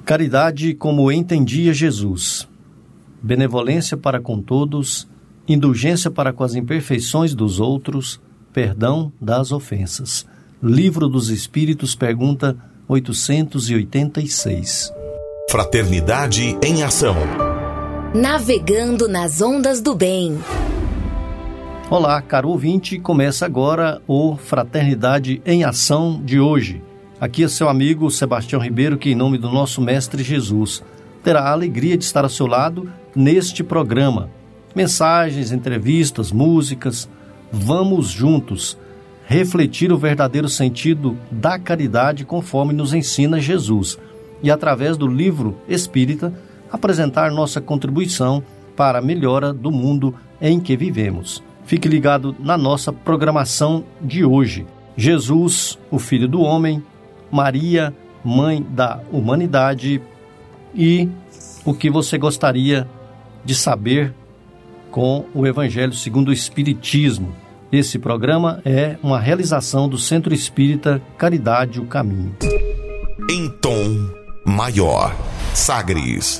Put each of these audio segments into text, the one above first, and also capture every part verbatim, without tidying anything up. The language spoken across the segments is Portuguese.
Caridade como entendia Jesus. Benevolência para com todos, indulgência para com as imperfeições dos outros, perdão das ofensas. Livro dos Espíritos, pergunta oitocentos e oitenta e seis. Fraternidade em ação. Navegando nas ondas do bem. Olá, caro ouvinte, começa agora o Fraternidade em Ação de hoje. Aqui é seu amigo Sebastião Ribeiro, que em nome do nosso Mestre Jesus terá a alegria de estar ao seu lado neste programa. Mensagens, entrevistas, músicas. Vamos juntos refletir o verdadeiro sentido da caridade conforme nos ensina Jesus e, através do livro espírita, apresentar nossa contribuição para a melhora do mundo em que vivemos. Fique ligado na nossa programação de hoje. Jesus, o Filho do Homem, Maria, Mãe da Humanidade e o que você gostaria de saber com o Evangelho segundo o Espiritismo. Esse programa é uma realização do Centro Espírita Caridade, o Caminho. Em tom maior, Sagres.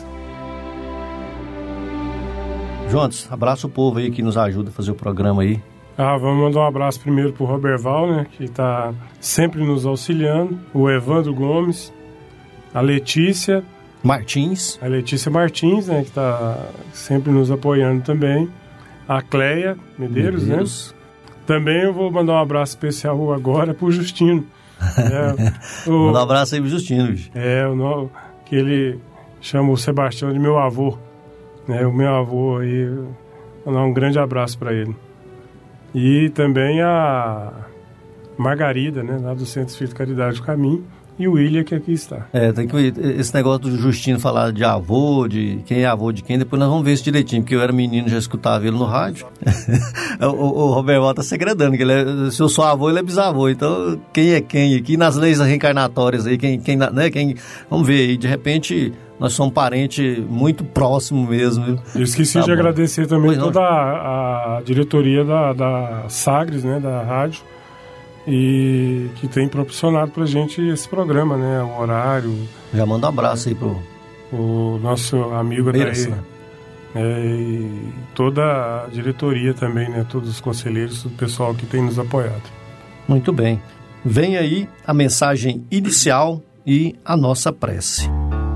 Jones, abraça o povo aí que nos ajuda a fazer o programa aí. Ah, vamos mandar um abraço primeiro pro Roberval, né, que está sempre nos auxiliando, o Evandro Gomes, a Letícia Martins, a Letícia Martins, né, que está sempre nos apoiando também, a Cleia Medeiros, Medeiros. né? Também eu vou mandar um abraço especial agora pro Justino. É, o, Manda um abraço aí pro Justino, bicho. É, o que ele chama o Sebastião de meu avô, né, o meu avô aí, vou dar um grande abraço para ele. E também a Margarida, né, lá do Centro Espírita Caridade do Caminho, e o William, que aqui está. É, tem que esse negócio do Justino falar de avô, de quem é avô de quem, depois nós vamos ver isso direitinho, porque eu era menino, já escutava ele no rádio. o, o, o Roberto tá segredando, que ele é, se eu sou avô, ele é bisavô, então quem é quem aqui nas leis reencarnatórias aí, quem, quem, né, quem, vamos ver aí, de repente nós somos parentes muito próximos mesmo. Viu? Eu esqueci tá de bom. agradecer também pois toda a, a diretoria da, da Sagres, né, da rádio, e que tem proporcionado pra gente esse programa, né, o horário. Já manda um abraço aí pro o nosso amigo daí, né? É, e toda a diretoria também, né, todos os conselheiros, o pessoal que tem nos apoiado. Muito bem. Vem aí a mensagem inicial e a nossa prece.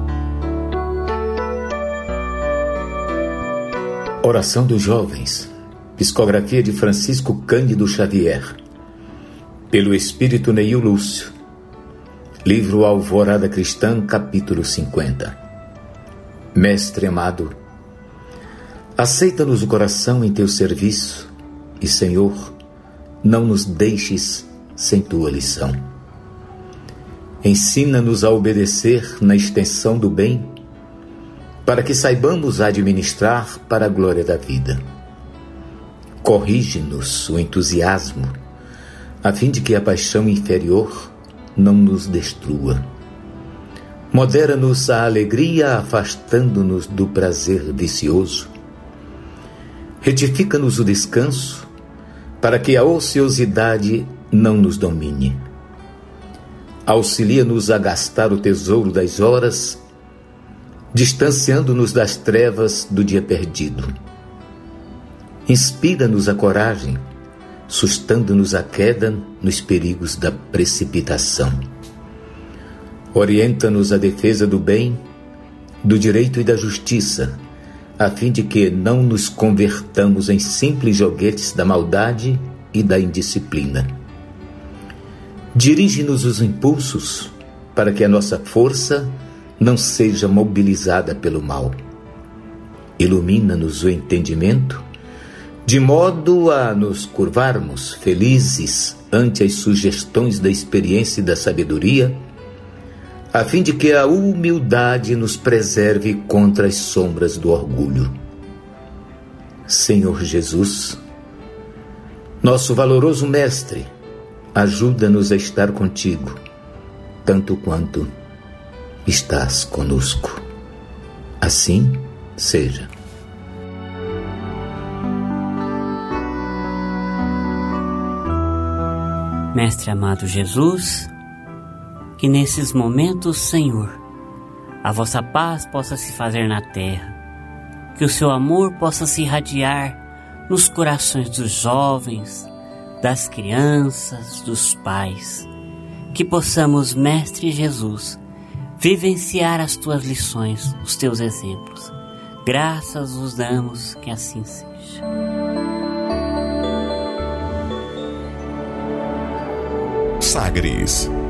Oração dos Jovens. Psicografia de Francisco Cândido Xavier. Pelo Espírito Neil Lúcio. Livro Alvorada Cristã, capítulo cinquenta. Mestre amado, aceita-nos o coração em teu serviço e, Senhor, não nos deixes sem tua lição. Ensina-nos a obedecer na extensão do bem, para que saibamos administrar para a glória da vida. Corrige-nos o entusiasmo, a fim de que a paixão inferior não nos destrua. Modera-nos a alegria, afastando-nos do prazer vicioso. Retifica-nos o descanso, para que a ociosidade não nos domine. Auxilia-nos a gastar o tesouro das horas, distanciando-nos das trevas do dia perdido. Inspira-nos a coragem, sustando-nos a queda nos perigos da precipitação. Orienta-nos a defesa do bem, do direito e da justiça, a fim de que não nos convertamos em simples joguetes da maldade e da indisciplina. Dirige-nos os impulsos, para que a nossa força não seja mobilizada pelo mal. Ilumina-nos o entendimento, de modo a nos curvarmos felizes ante as sugestões da experiência e da sabedoria, a fim de que a humildade nos preserve contra as sombras do orgulho. Senhor Jesus, nosso valoroso Mestre, ajuda-nos a estar contigo, tanto quanto estás conosco. Assim seja. Mestre amado Jesus, que nesses momentos, Senhor, a vossa paz possa se fazer na terra, que o seu amor possa se irradiar nos corações dos jovens, das crianças, dos pais, que possamos, Mestre Jesus, vivenciar as tuas lições, os teus exemplos. Graças vos damos, que assim seja. Sagres.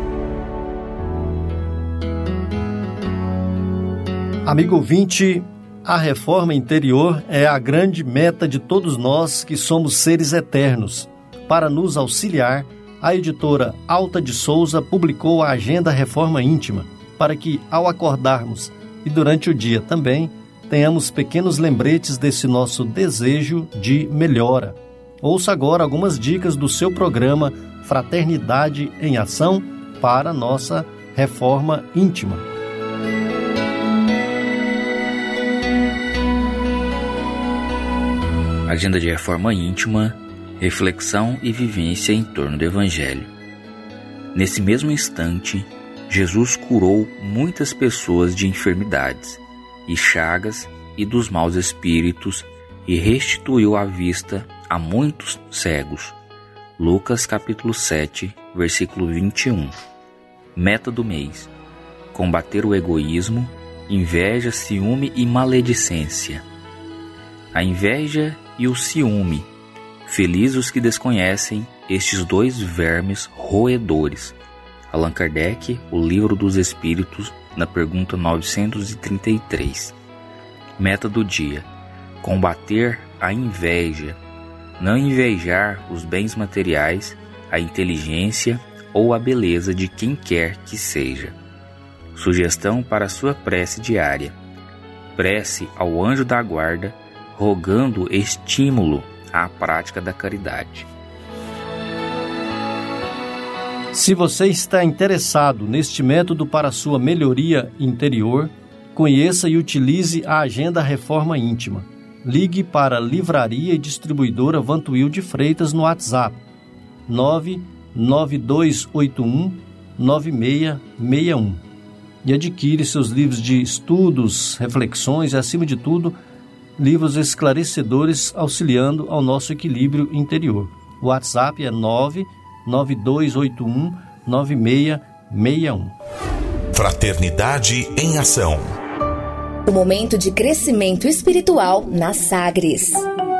Amigo ouvinte, a reforma interior é a grande meta de todos nós que somos seres eternos. Para nos auxiliar, a editora Alta de Souza publicou a Agenda Reforma Íntima, para que, ao acordarmos e durante o dia também, tenhamos pequenos lembretes desse nosso desejo de melhora. Ouça agora algumas dicas do seu programa Fraternidade em Ação para nossa reforma íntima. Agenda de Reforma Íntima, reflexão e vivência em torno do Evangelho. Nesse mesmo instante, Jesus curou muitas pessoas de enfermidades e chagas e dos maus espíritos e restituiu a vista a muitos cegos. Lucas capítulo sete, versículo vinte e um. Meta do mês: combater o egoísmo, inveja, ciúme e maledicência. A inveja e o ciúme, felizes os que desconhecem estes dois vermes roedores. Allan Kardec, O Livro dos Espíritos, na pergunta novecentos e trinta e três. Meta do dia: combater a inveja. Não invejar os bens materiais, a inteligência ou a beleza de quem quer que seja. Sugestão para sua prece diária: prece ao anjo da guarda, rogando estímulo à prática da caridade. Se você está interessado neste método para sua melhoria interior, conheça e utilize a Agenda Reforma Íntima. Ligue para a Livraria e Distribuidora Vantuil de Freitas no WhatsApp nove nove dois oito um nove seis seis um e adquire seus livros de estudos, reflexões e, acima de tudo, livros esclarecedores auxiliando ao nosso equilíbrio interior. O WhatsApp é nove nove dois oito um nove seis seis um. Fraternidade em Ação. O momento de crescimento espiritual na Sagres.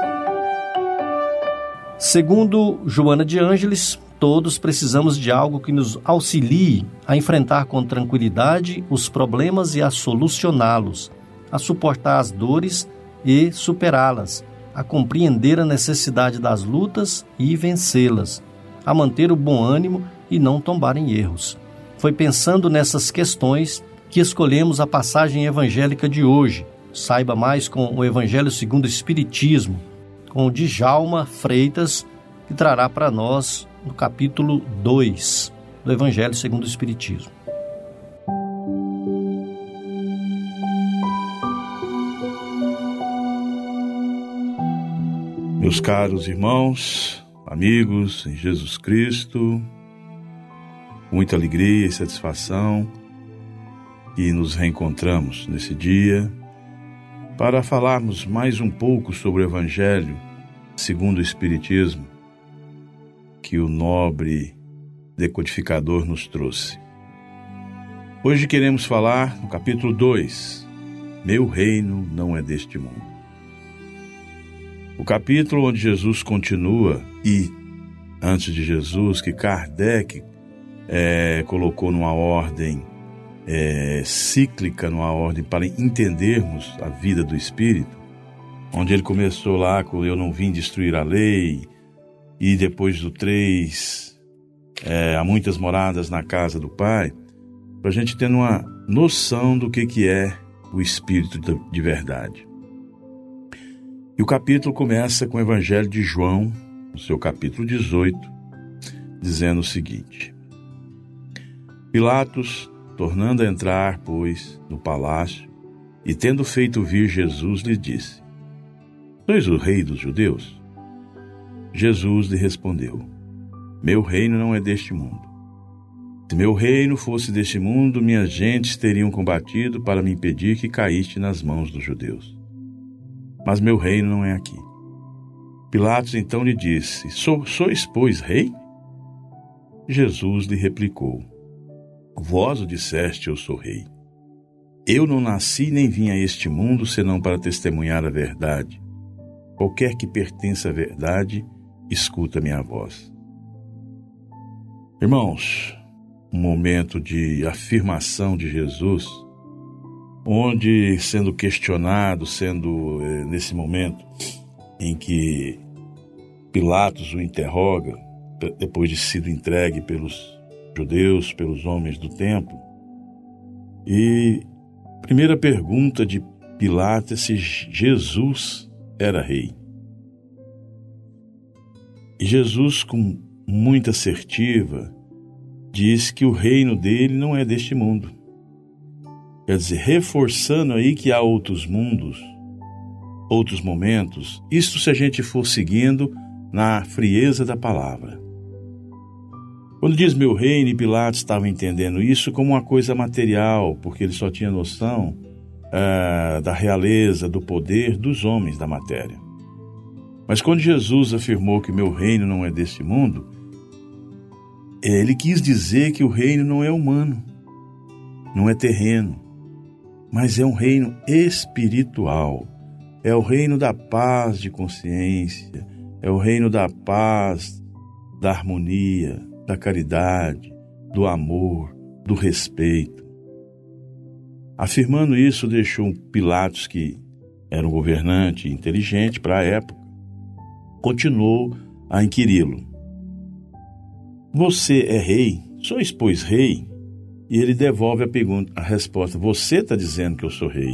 Segundo Joana de Ângeles, todos precisamos de algo que nos auxilie a enfrentar com tranquilidade os problemas e a solucioná-los, a suportar as dores e superá-las, a compreender a necessidade das lutas e vencê-las, a manter o bom ânimo e não tombar em erros. Foi pensando nessas questões que escolhemos a passagem evangélica de hoje. Saiba mais com o Evangelho segundo o Espiritismo, com o Djalma Freitas, que trará para nós no capítulo dois do Evangelho segundo o Espiritismo. Meus caros irmãos, amigos em Jesus Cristo, muita alegria e satisfação que nos reencontramos nesse dia para falarmos mais um pouco sobre o Evangelho segundo o Espiritismo que o nobre decodificador nos trouxe. Hoje queremos falar no capítulo dois, Meu reino não é deste mundo. O capítulo onde Jesus continua e, antes de Jesus, que Kardec é, colocou numa ordem é, cíclica, numa ordem para entendermos a vida do Espírito, onde ele começou lá com eu não vim destruir a lei, e depois do três, é, há muitas moradas na casa do Pai, para a gente ter uma noção do que, que é o Espírito de verdade. E o capítulo começa com o Evangelho de João, no seu capítulo dezoito, dizendo o seguinte: Pilatos, tornando a entrar, pois, no palácio, e tendo feito vir Jesus, lhe disse: Sois o rei dos judeus? Jesus lhe respondeu: Meu reino não é deste mundo. Se meu reino fosse deste mundo, minhas gentes teriam combatido para me impedir que caísse nas mãos dos judeus. Mas meu reino não é aqui. Pilatos então lhe disse: so, sois, pois, rei? Jesus lhe replicou: vós o disseste, eu sou rei. Eu não nasci nem vim a este mundo senão para testemunhar a verdade. Qualquer que pertença à verdade, escuta minha voz. Irmãos, um momento de afirmação de Jesus, onde, sendo questionado, sendo eh, nesse momento em que Pilatos o interroga, depois de sido entregue pelos judeus, pelos homens do templo, e a primeira pergunta de Pilatos é se Jesus era rei. E Jesus, com muita assertiva, diz que o reino dele não é deste mundo. Quer dizer, reforçando aí que há outros mundos, outros momentos, isto se a gente for seguindo na frieza da palavra. Quando diz meu reino, e Pilatos estava entendendo isso como uma coisa material, porque ele só tinha noção ah, da realeza, do poder dos homens da matéria. Mas quando Jesus afirmou que meu reino não é deste mundo, ele quis dizer que o reino não é humano, não é terreno, mas é um reino espiritual. É o reino da paz de consciência, é o reino da paz, da harmonia, da caridade, do amor, do respeito. Afirmando isso, deixou Pilatos, que era um governante inteligente para a época, continuou a inquiri-lo: você é rei? Sois, pois, rei? E ele devolve a pergunta, a resposta: você está dizendo que eu sou rei.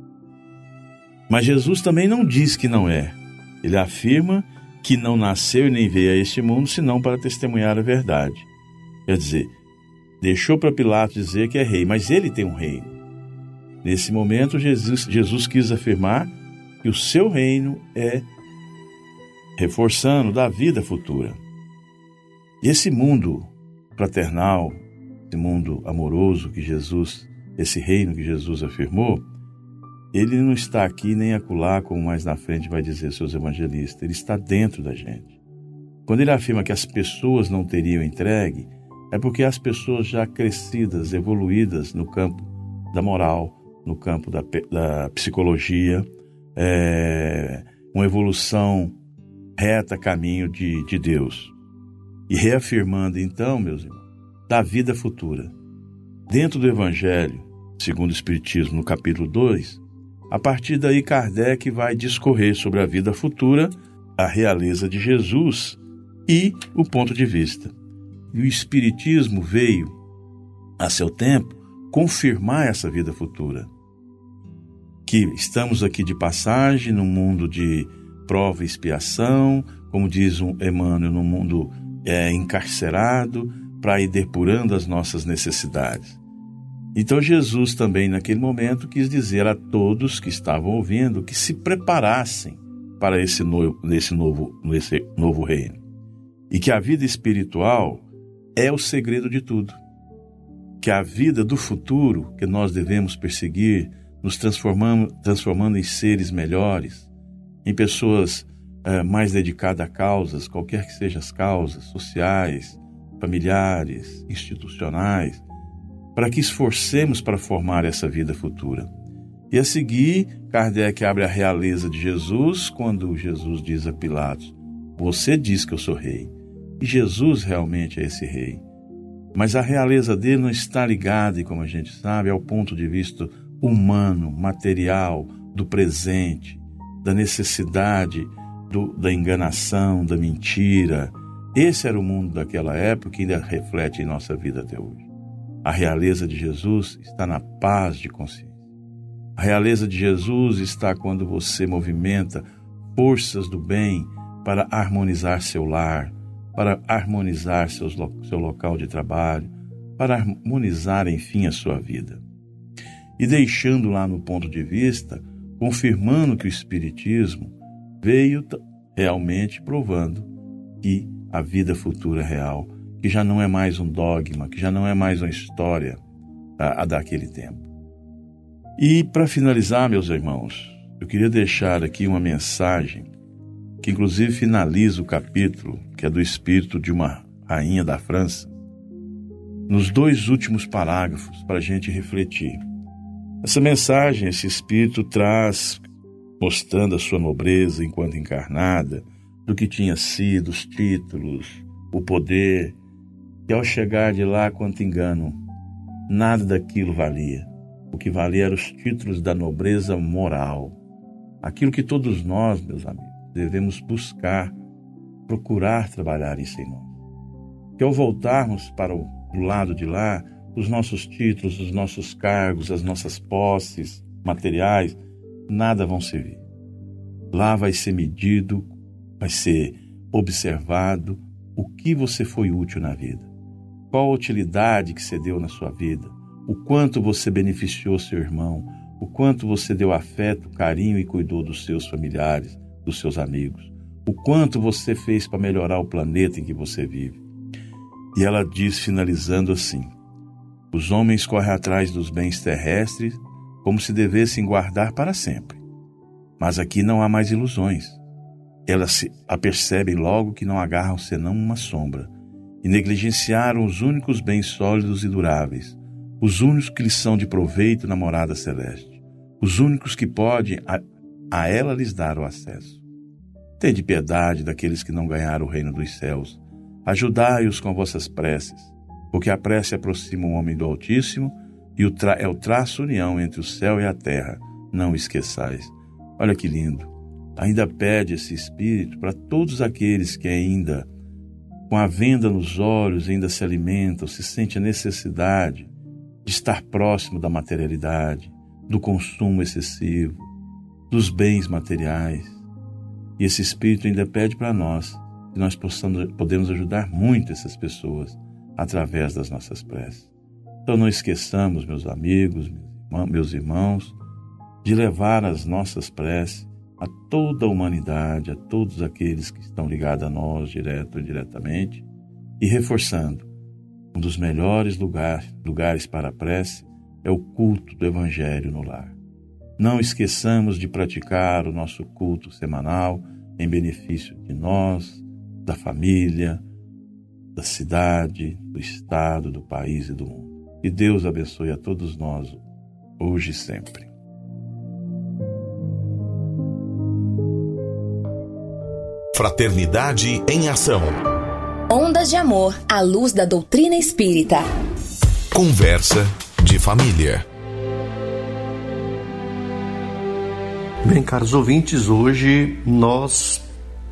Mas Jesus também não diz que não é. Ele afirma que não nasceu e nem veio a este mundo senão para testemunhar a verdade. Quer dizer, deixou para Pilatos dizer que é rei, mas ele tem um reino. Nesse momento, Jesus, Jesus quis afirmar que o seu reino é reforçando da vida futura. E esse mundo fraternal, esse mundo amoroso que Jesus, esse reino que Jesus afirmou, ele não está aqui nem acolá, como mais na frente vai dizer seus evangelistas. Ele está dentro da gente. Quando ele afirma que as pessoas não teriam entregue, é porque as pessoas já crescidas, evoluídas no campo da moral, no campo da, da psicologia, é, uma evolução reta, caminho de, de Deus. E reafirmando então, meus irmãos, da vida futura. Dentro do Evangelho, segundo o Espiritismo, no capítulo dois, a partir daí Kardec vai discorrer sobre a vida futura, a realeza de Jesus e o ponto de vista. E o Espiritismo veio, a seu tempo, confirmar essa vida futura. Que estamos aqui de passagem, num mundo de prova e expiação, como diz um Emmanuel, num mundo é, encarcerado, para ir depurando as nossas necessidades. Então Jesus também naquele momento quis dizer a todos que estavam ouvindo que se preparassem para esse novo, nesse novo, nesse novo reino. E que a vida espiritual é o segredo de tudo. Que a vida do futuro que nós devemos perseguir, nos transformando, transformando em seres melhores, em pessoas é, mais dedicadas a causas, qualquer que sejam as causas, sociais, familiares, institucionais, para que esforcemos para formar essa vida futura. E a seguir, Kardec abre a realeza de Jesus quando Jesus diz a Pilatos: você diz que eu sou rei. E Jesus realmente é esse rei. Mas a realeza dele não está ligada, e como a gente sabe, ao ponto de vista humano, material, do presente, da necessidade, do, da enganação, da mentira. Esse era o mundo daquela época que ainda reflete em nossa vida até hoje. A realeza de Jesus está na paz de consciência. A realeza de Jesus está quando você movimenta forças do bem para harmonizar seu lar, para harmonizar seus, seu local de trabalho, para harmonizar, enfim, a sua vida. E deixando lá no ponto de vista, confirmando que o Espiritismo veio realmente provando que a vida futura é real, que já não é mais um dogma, que já não é mais uma história a, a daquele tempo. E para finalizar, meus irmãos, eu queria deixar aqui uma mensagem que inclusive finaliza o capítulo, que é do espírito de uma rainha da França, nos dois últimos parágrafos, para a gente refletir. Essa mensagem, esse espírito traz, mostrando a sua nobreza enquanto encarnada, do que tinha sido, os títulos, o poder, e ao chegar de lá, quanto engano, nada daquilo valia. O que valia eram os títulos da nobreza moral. Aquilo que todos nós, meus amigos, devemos buscar, procurar trabalhar isso em nós. Que ao voltarmos para o lado de lá, os nossos títulos, os nossos cargos, as nossas posses materiais, nada vão servir. Lá vai ser medido, vai ser observado o que você foi útil na vida. Qual a utilidade que você deu na sua vida, o quanto você beneficiou seu irmão, o quanto você deu afeto, carinho e cuidou dos seus familiares, dos seus amigos, o quanto você fez para melhorar o planeta em que você vive. E ela diz, finalizando assim: os homens correm atrás dos bens terrestres como se devessem guardar para sempre. Mas aqui não há mais ilusões. Elas se apercebem logo que não agarram senão uma sombra, e negligenciaram os únicos bens sólidos e duráveis, os únicos que lhes são de proveito na morada celeste, os únicos que podem a, a ela lhes dar o acesso. Tende piedade daqueles que não ganharam o reino dos céus, ajudai-os com vossas preces, porque a prece aproxima o homem do Altíssimo e o tra- é o traço união entre o céu e a terra, não esqueçais. Olha que lindo, ainda pede esse Espírito para todos aqueles que ainda, com a venda nos olhos, ainda se alimentam, se sentem a necessidade de estar próximo da materialidade, do consumo excessivo, dos bens materiais. E esse Espírito ainda pede para nós que nós possamos, podemos ajudar muito essas pessoas através das nossas preces. Então não esqueçamos, meus amigos, meus irmãos, de levar as nossas preces a toda a humanidade, a todos aqueles que estão ligados a nós, direto ou indiretamente, e reforçando, um dos melhores lugar, lugares para a prece é o culto do Evangelho no lar. Não esqueçamos de praticar o nosso culto semanal em benefício de nós, da família, da cidade, do estado, do país e do mundo. Que Deus abençoe a todos nós, hoje e sempre. Fraternidade em Ação. Ondas de Amor, à luz da doutrina espírita. Conversa de família. Bem, caros ouvintes, hoje nós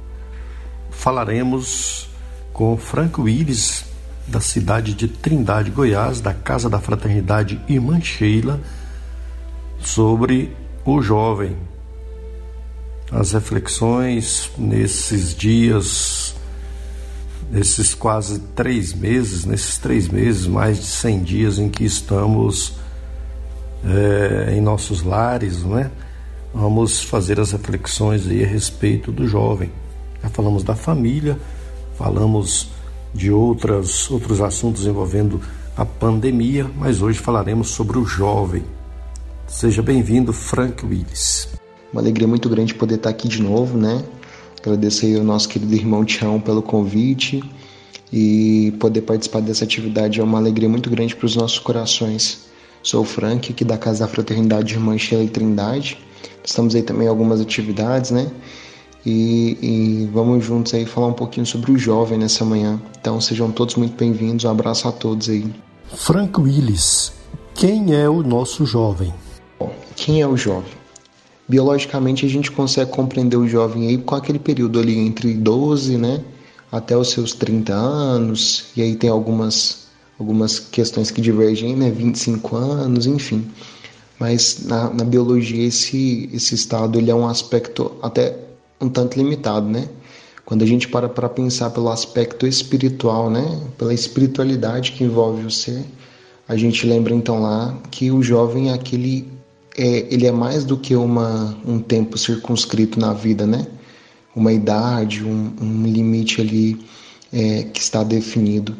falaremos com Frank Willis, da cidade de Trindade, Goiás, da Casa da Fraternidade Irmã Sheila, sobre o jovem. As reflexões nesses dias, nesses quase três meses, nesses três meses, mais de cem dias em que estamos é, em nossos lares, não é? Vamos fazer as reflexões aí a respeito do jovem. Já falamos da família, falamos de outras, outros assuntos envolvendo a pandemia, mas hoje falaremos sobre o jovem. Seja bem-vindo, Frank Willis. Uma alegria muito grande poder estar aqui de novo, né? Agradecer aí ao nosso querido irmão Tião pelo convite e poder participar dessa atividade é uma alegria muito grande para os nossos corações. Sou o Frank, aqui da Casa da Fraternidade Irmã Sheila e Trindade. Estamos aí também em algumas atividades, né? E, e vamos juntos aí falar um pouquinho sobre o jovem nessa manhã. Então sejam todos muito bem-vindos, um abraço a todos aí. Frank Willis, quem é o nosso jovem? Bom, quem é o jovem? Biologicamente a gente consegue compreender o jovem aí com aquele período ali entre doze, né, até os seus trinta anos, e aí tem algumas, algumas questões que divergem, né, vinte e cinco anos, enfim. Mas na, na biologia esse, esse estado ele é um aspecto até um tanto limitado, né? Quando a gente para para pensar pelo aspecto espiritual, né, pela espiritualidade que envolve o ser, a gente lembra então lá que o jovem é aquele É, ele é mais do que uma, um tempo circunscrito na vida, né? Uma idade, um, um limite ali é, que está definido.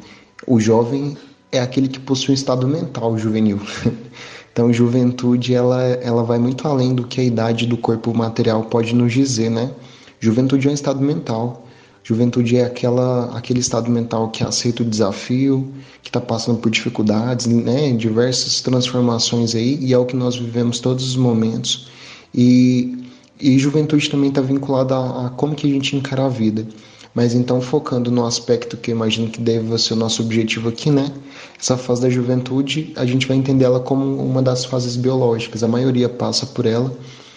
o jovem é aquele que possui um estado mental juvenil. Então, juventude, ela, ela vai muito além do que a idade do corpo material pode nos dizer, né? Juventude é um estado mental. Juventude é aquela, aquele estado mental que aceita o desafio, que está passando por dificuldades, né? Diversas transformações aí, e é o que nós vivemos todos os momentos. E, e juventude também está vinculada a, a como que a gente encara a vida. Mas então, focando no aspecto que eu imagino que deve ser o nosso objetivo aqui, né? Essa fase da juventude, a gente vai entender ela como uma das fases biológicas. A maioria passa por ela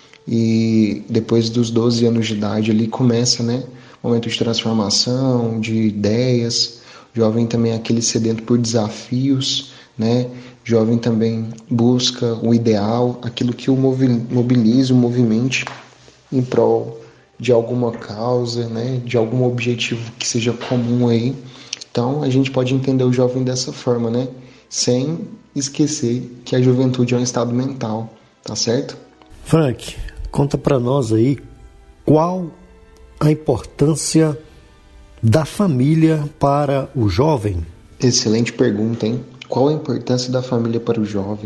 e depois dos doze anos de idade ali começa, né? Momento de transformação, de ideias. O jovem também é aquele sedento por desafios, né? O jovem também busca o ideal, aquilo que o mobiliza, o movimente em prol de alguma causa, né, de algum objetivo que seja comum aí. Então, a gente pode entender o jovem dessa forma, né, sem esquecer que a juventude é um estado mental, tá certo? Frank, conta para nós aí qual a importância da família para o jovem? Excelente pergunta, hein? Qual a importância da família para o jovem?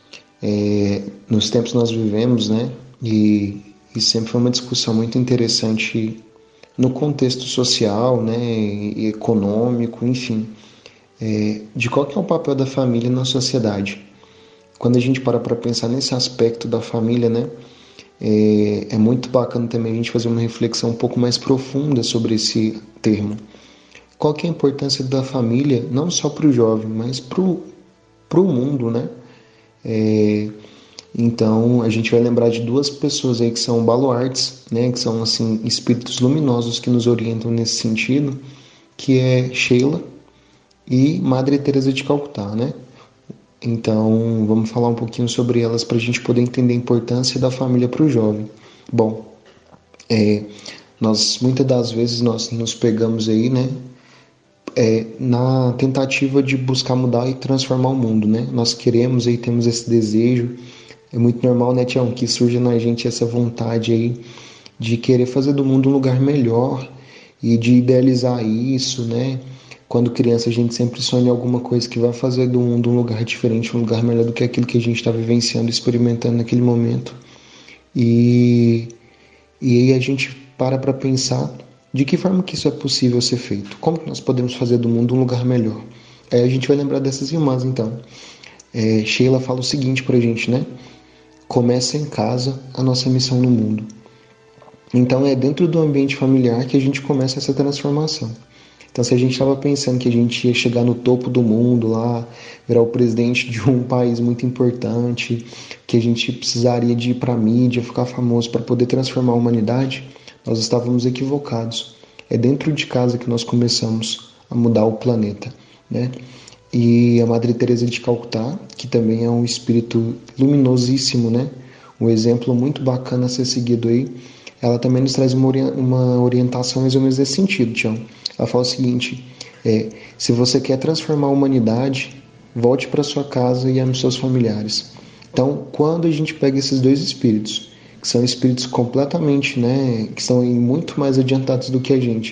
É, nos tempos que nós vivemos, né, e E sempre foi uma discussão muito interessante no contexto social, né, e econômico, enfim, é, de qual que é o papel da família na sociedade. Quando a gente para para pensar nesse aspecto da família, né, é, é muito bacana também a gente fazer uma reflexão um pouco mais profunda sobre esse termo. Qual que é a importância da família, não só para o jovem, mas para o mundo, né? É, Então, a gente vai lembrar de duas pessoas aí que são baluartes, né, que são, assim, espíritos luminosos que nos orientam nesse sentido, que é Sheila e Madre Teresa de Calcutá, né? Então, vamos falar um pouquinho sobre elas para a gente poder entender a importância da família para o jovem. Bom, é, nós, muitas das vezes, nós nos pegamos aí, né, é, na tentativa de buscar mudar e transformar o mundo, né? Nós queremos e temos esse desejo. É muito normal, né, Tião, que surja na gente essa vontade aí de querer fazer do mundo um lugar melhor e de idealizar isso, né? Quando criança a gente sempre sonha alguma coisa que vai fazer do mundo um lugar diferente, um lugar melhor do que aquilo que a gente está vivenciando, experimentando naquele momento. E, e aí a gente para para pensar de que forma que isso é possível ser feito. Como que nós podemos fazer do mundo um lugar melhor? Aí a gente vai lembrar dessas irmãs, então. É, Sheila fala o seguinte pra gente, né? Começa em casa a nossa missão no mundo. Então é dentro do ambiente familiar que a gente começa essa transformação. Então, se a gente estava pensando que a gente ia chegar no topo do mundo lá, virar o presidente de um país muito importante, que a gente precisaria de ir para a mídia, ficar famoso para poder transformar a humanidade, nós estávamos equivocados. É dentro de casa que nós começamos a mudar o planeta, né? E a Madre Teresa de Calcutá, que também é um espírito luminosíssimo, né? Um exemplo muito bacana a ser seguido aí. Ela também nos traz uma orientação mais ou menos nesse sentido, Tião. Ela fala o seguinte, é, se você quer transformar a humanidade, volte para sua casa e ame seus familiares. Então, quando a gente pega esses dois espíritos, que são espíritos completamente, né, que estão muito mais adiantados do que a gente,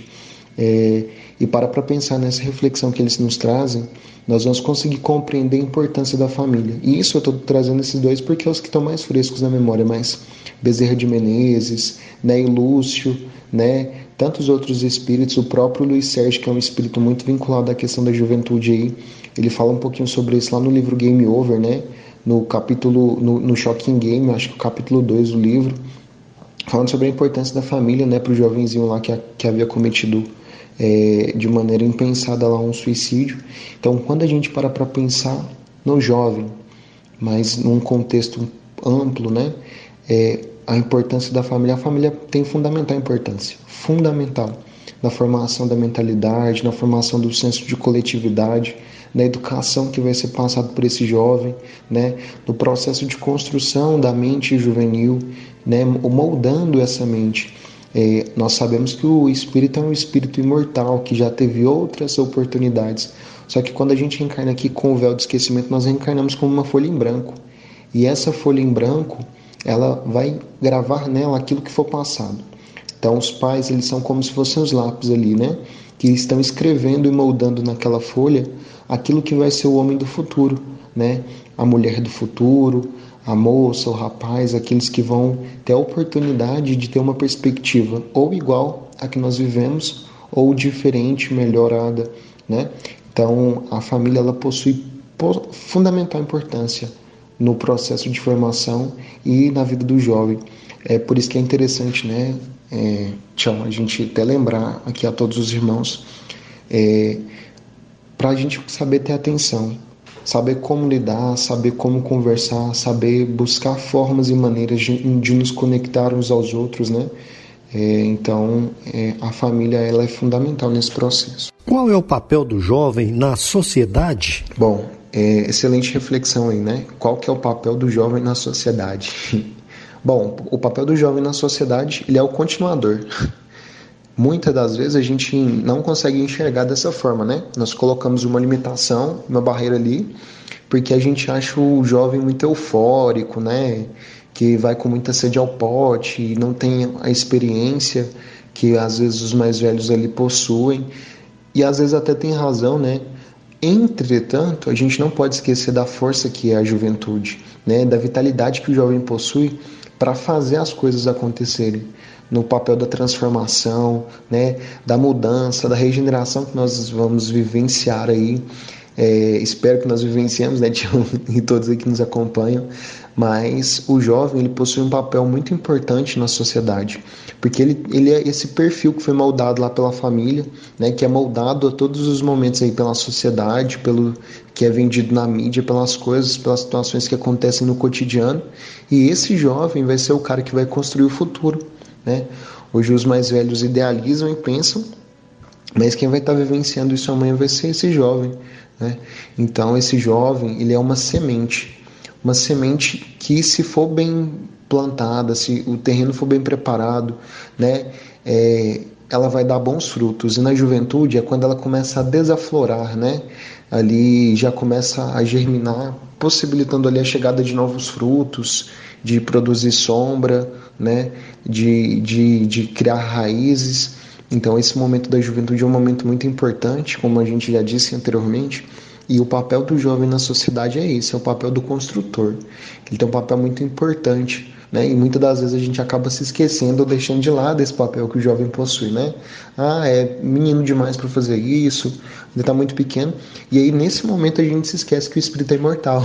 é, e para para pensar nessa reflexão que eles nos trazem, nós vamos conseguir compreender a importância da família. E isso eu estou trazendo esses dois porque é os que estão mais frescos na memória, mas Bezerra de Menezes, né, e Lúcio, né, tantos outros espíritos, o próprio Luiz Sérgio, que é um espírito muito vinculado à questão da juventude aí, ele fala um pouquinho sobre isso lá no livro Game Over, né, no capítulo, no, no Shocking Game, acho que o capítulo dois do livro, falando sobre a importância da família, né, para o jovenzinho lá que, que havia cometido É, de maneira impensada lá um suicídio. Então, quando a gente para para pensar no jovem, mas num contexto amplo, né, é, a importância da família, a família tem fundamental importância, fundamental, na formação da mentalidade, na formação do senso de coletividade, na educação que vai ser passado por esse jovem, né, no processo de construção da mente juvenil, né, moldando essa mente. É, nós sabemos que o espírito é um espírito imortal, que já teve outras oportunidades. Só que quando a gente reencarna aqui com o véu do esquecimento, nós reencarnamos como uma folha em branco. E essa folha em branco, ela vai gravar nela aquilo que for passado. Então os pais, eles são como se fossem os lápis ali, né? Que estão escrevendo e moldando naquela folha aquilo que vai ser o homem do futuro, né? A mulher do futuro, a moça, o rapaz, aqueles que vão ter a oportunidade de ter uma perspectiva ou igual a que nós vivemos ou diferente, melhorada, né? Então a família, ela possui fundamental importância no processo de formação e na vida do jovem. É por isso que é interessante, né, é, tchau, a gente até lembrar aqui a todos os irmãos, é, para a gente saber ter atenção, saber como lidar, saber como conversar, saber buscar formas e maneiras de, de nos conectar uns aos outros, né? É, então, é, a família, ela é fundamental nesse processo. Qual é o papel do jovem na sociedade? Bom, é, excelente reflexão aí, né? Qual que é o papel do jovem na sociedade? Bom, o papel do jovem na sociedade, ele é o continuador. Muitas das vezes a gente não consegue enxergar dessa forma, né? Nós colocamos uma limitação, uma barreira ali, porque a gente acha o jovem muito eufórico, né? Que vai com muita sede ao pote e não tem a experiência que às vezes os mais velhos ali possuem. E às vezes até tem razão, né? Entretanto, a gente não pode esquecer da força que é a juventude, né? Da vitalidade que o jovem possui para fazer as coisas acontecerem, no papel da transformação, né? Da mudança, da regeneração que nós vamos vivenciar aí. É, espero que nós vivenciemos, né, e todos aqui que nos acompanham, mas o jovem, ele possui um papel muito importante na sociedade, porque ele, ele é esse perfil que foi moldado lá pela família, né, que é moldado a todos os momentos aí pela sociedade, pelo que é vendido na mídia, pelas coisas, pelas situações que acontecem no cotidiano, e esse jovem vai ser o cara que vai construir o futuro, né? Hoje os mais velhos idealizam e pensam, mas quem vai estar vivenciando isso amanhã vai ser esse jovem, né? Então esse jovem, ele é uma semente, uma semente que, se for bem plantada, se o terreno for bem preparado, né, é, ela vai dar bons frutos. E na juventude é quando ela começa a desaflorar, né? Ali já começa a germinar, possibilitando ali a chegada de novos frutos, de produzir sombra, né, de, de, de criar raízes. Então esse momento da juventude é um momento muito importante, como a gente já disse anteriormente, e o papel do jovem na sociedade é esse, é o papel do construtor. Ele tem um papel muito importante, né? E muitas das vezes a gente acaba se esquecendo ou deixando de lado esse papel que o jovem possui, né? Ah, é menino demais para fazer isso, ele está muito pequeno, e aí nesse momento a gente se esquece que o espírito é imortal.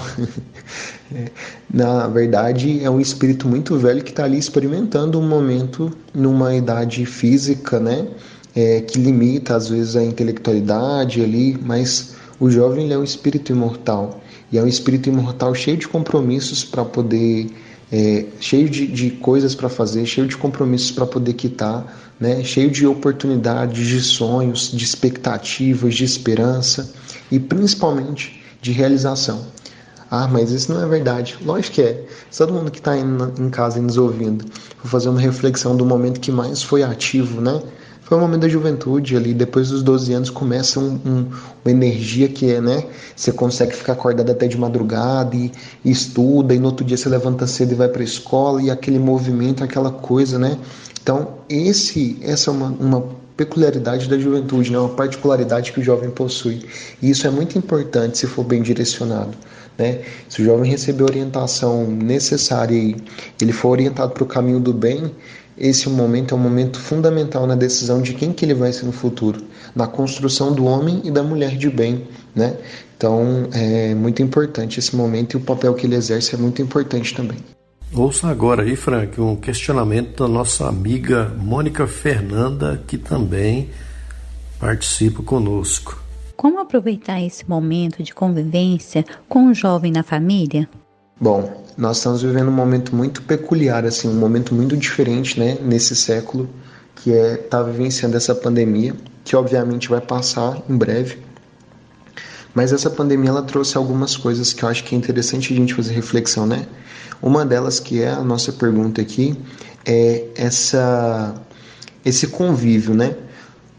Na verdade, é um espírito muito velho que está ali experimentando um momento numa idade física, né? É, que limita às vezes a intelectualidade ali, mas o jovem, ele é um espírito imortal, e é um espírito imortal cheio de compromissos para poder, é, cheio de, de coisas para fazer, cheio de compromissos para poder quitar, né? Cheio de oportunidades, de sonhos, de expectativas, de esperança e principalmente de realização. Ah, mas isso não é verdade. Lógico que é. Todo mundo que está em casa nos ouvindo, vou fazer uma reflexão do momento que mais foi ativo, né? Foi o momento da juventude ali. Depois dos doze anos começa um, um, uma energia que é, né? Você consegue ficar acordado até de madrugada e, e estuda, e no outro dia você levanta cedo e vai para a escola, e aquele movimento, aquela coisa, né? Então, esse, essa é uma, uma peculiaridade da juventude, né? Uma particularidade que o jovem possui. E isso é muito importante se for bem direcionado, né? Se o jovem receber a orientação necessária e ele for orientado para o caminho do bem, esse momento é um momento fundamental na decisão de quem que ele vai ser no futuro, na construção do homem e da mulher de bem, né? Então é muito importante esse momento, e o papel que ele exerce é muito importante também. Ouça agora aí, Frank, um questionamento da nossa amiga Mônica Fernanda, que também participa conosco. Como aproveitar esse momento de convivência com o jovem na família? Bom, nós estamos vivendo um momento muito peculiar, assim, um momento muito diferente, né, nesse século, que é estar tá vivenciando essa pandemia, que obviamente vai passar em breve. Mas essa pandemia, ela trouxe algumas coisas que eu acho que é interessante a gente fazer reflexão, né? Uma delas, que é a nossa pergunta aqui, é essa, esse convívio, né?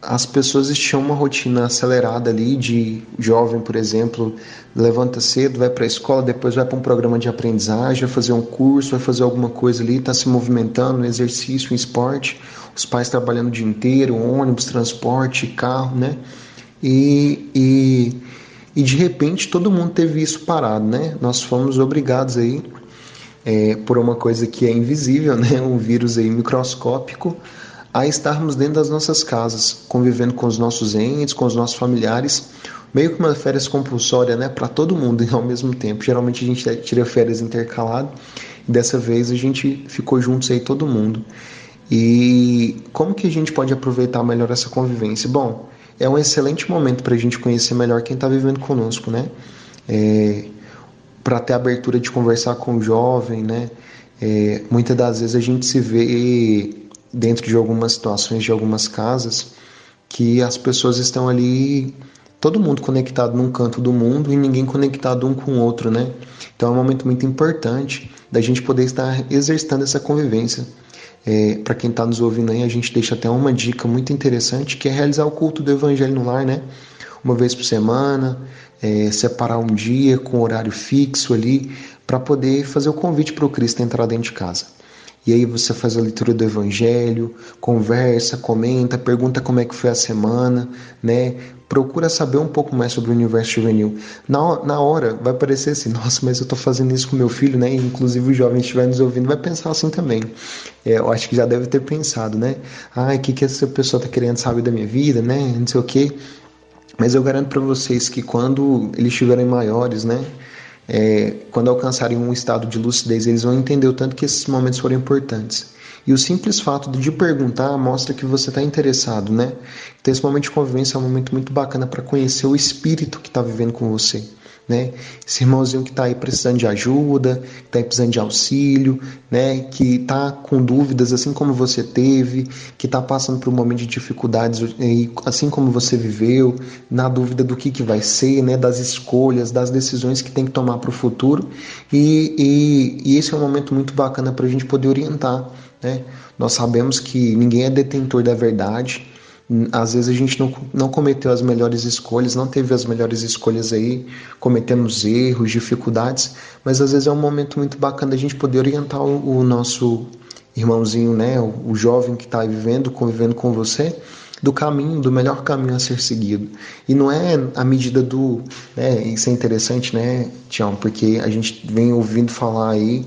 as pessoas tinham uma rotina acelerada ali de jovem, por exemplo, levanta cedo, vai para a escola, depois vai para um programa de aprendizagem, vai fazer um curso, vai fazer alguma coisa ali, está se movimentando, exercício, esporte, os pais trabalhando o dia inteiro, ônibus, transporte, carro, né? E, e, e de repente todo mundo teve isso parado, né? Nós fomos obrigados aí, é, por uma coisa que é invisível, né? Um vírus aí microscópico, a estarmos dentro das nossas casas, convivendo com os nossos entes, com os nossos familiares, meio que uma férias compulsória, né, para todo mundo ao mesmo tempo. Geralmente a gente tira férias intercalado, e dessa vez a gente ficou juntos aí todo mundo. E como que a gente pode aproveitar melhor essa convivência? Bom, é um excelente momento para a gente conhecer melhor quem está vivendo conosco, né? É, para ter a abertura de conversar com o jovem, né? É, muitas das vezes a gente se vê dentro de algumas situações, de algumas casas, que as pessoas estão ali, todo mundo conectado num canto do mundo e ninguém conectado um com o outro, né? Então é um momento muito importante da gente poder estar exercitando essa convivência. É, para quem está nos ouvindo aí, a gente deixa até uma dica muito interessante, que é realizar o culto do Evangelho no lar, né? Uma vez por semana, é, separar um dia com horário fixo ali, para poder fazer o convite para o Cristo entrar dentro de casa. E aí você faz a leitura do Evangelho, conversa, comenta, pergunta como é que foi a semana, né? Procura saber um pouco mais sobre o universo juvenil. Na, na hora vai parecer assim, nossa, mas eu estou fazendo isso com meu filho, né? E, inclusive o jovem que estiver nos ouvindo vai pensar assim também. É, eu acho que já deve ter pensado, né? Ah, o que, que essa pessoa está querendo saber da minha vida, né? Não sei o quê. Mas eu garanto para vocês que quando eles estiverem maiores, né? É, quando alcançarem um estado de lucidez, eles vão entender o tanto que esses momentos foram importantes. E o simples fato de perguntar mostra que você está interessado, né? Então esse momento de convivência é um momento muito bacana para conhecer o espírito que está vivendo com você, né? Esse irmãozinho que está aí precisando de ajuda, que está aí precisando de auxílio, né? Que está com dúvidas assim como você teve, que está passando por um momento de dificuldades assim como você viveu, na dúvida do que, que vai ser, né? Das escolhas, das decisões que tem que tomar para o futuro. E, e, e esse é um momento muito bacana para a gente poder orientar, né? Nós sabemos que ninguém é detentor da verdade. Às vezes a gente não, não cometeu as melhores escolhas, não teve as melhores escolhas aí, cometemos erros, dificuldades, mas às vezes é um momento muito bacana a gente poder orientar o, o nosso irmãozinho, né, o, o jovem que está vivendo, convivendo com você, do caminho, do melhor caminho a ser seguido. E não é a medida do... Né, isso é interessante, né, Tião, porque a gente vem ouvindo falar aí,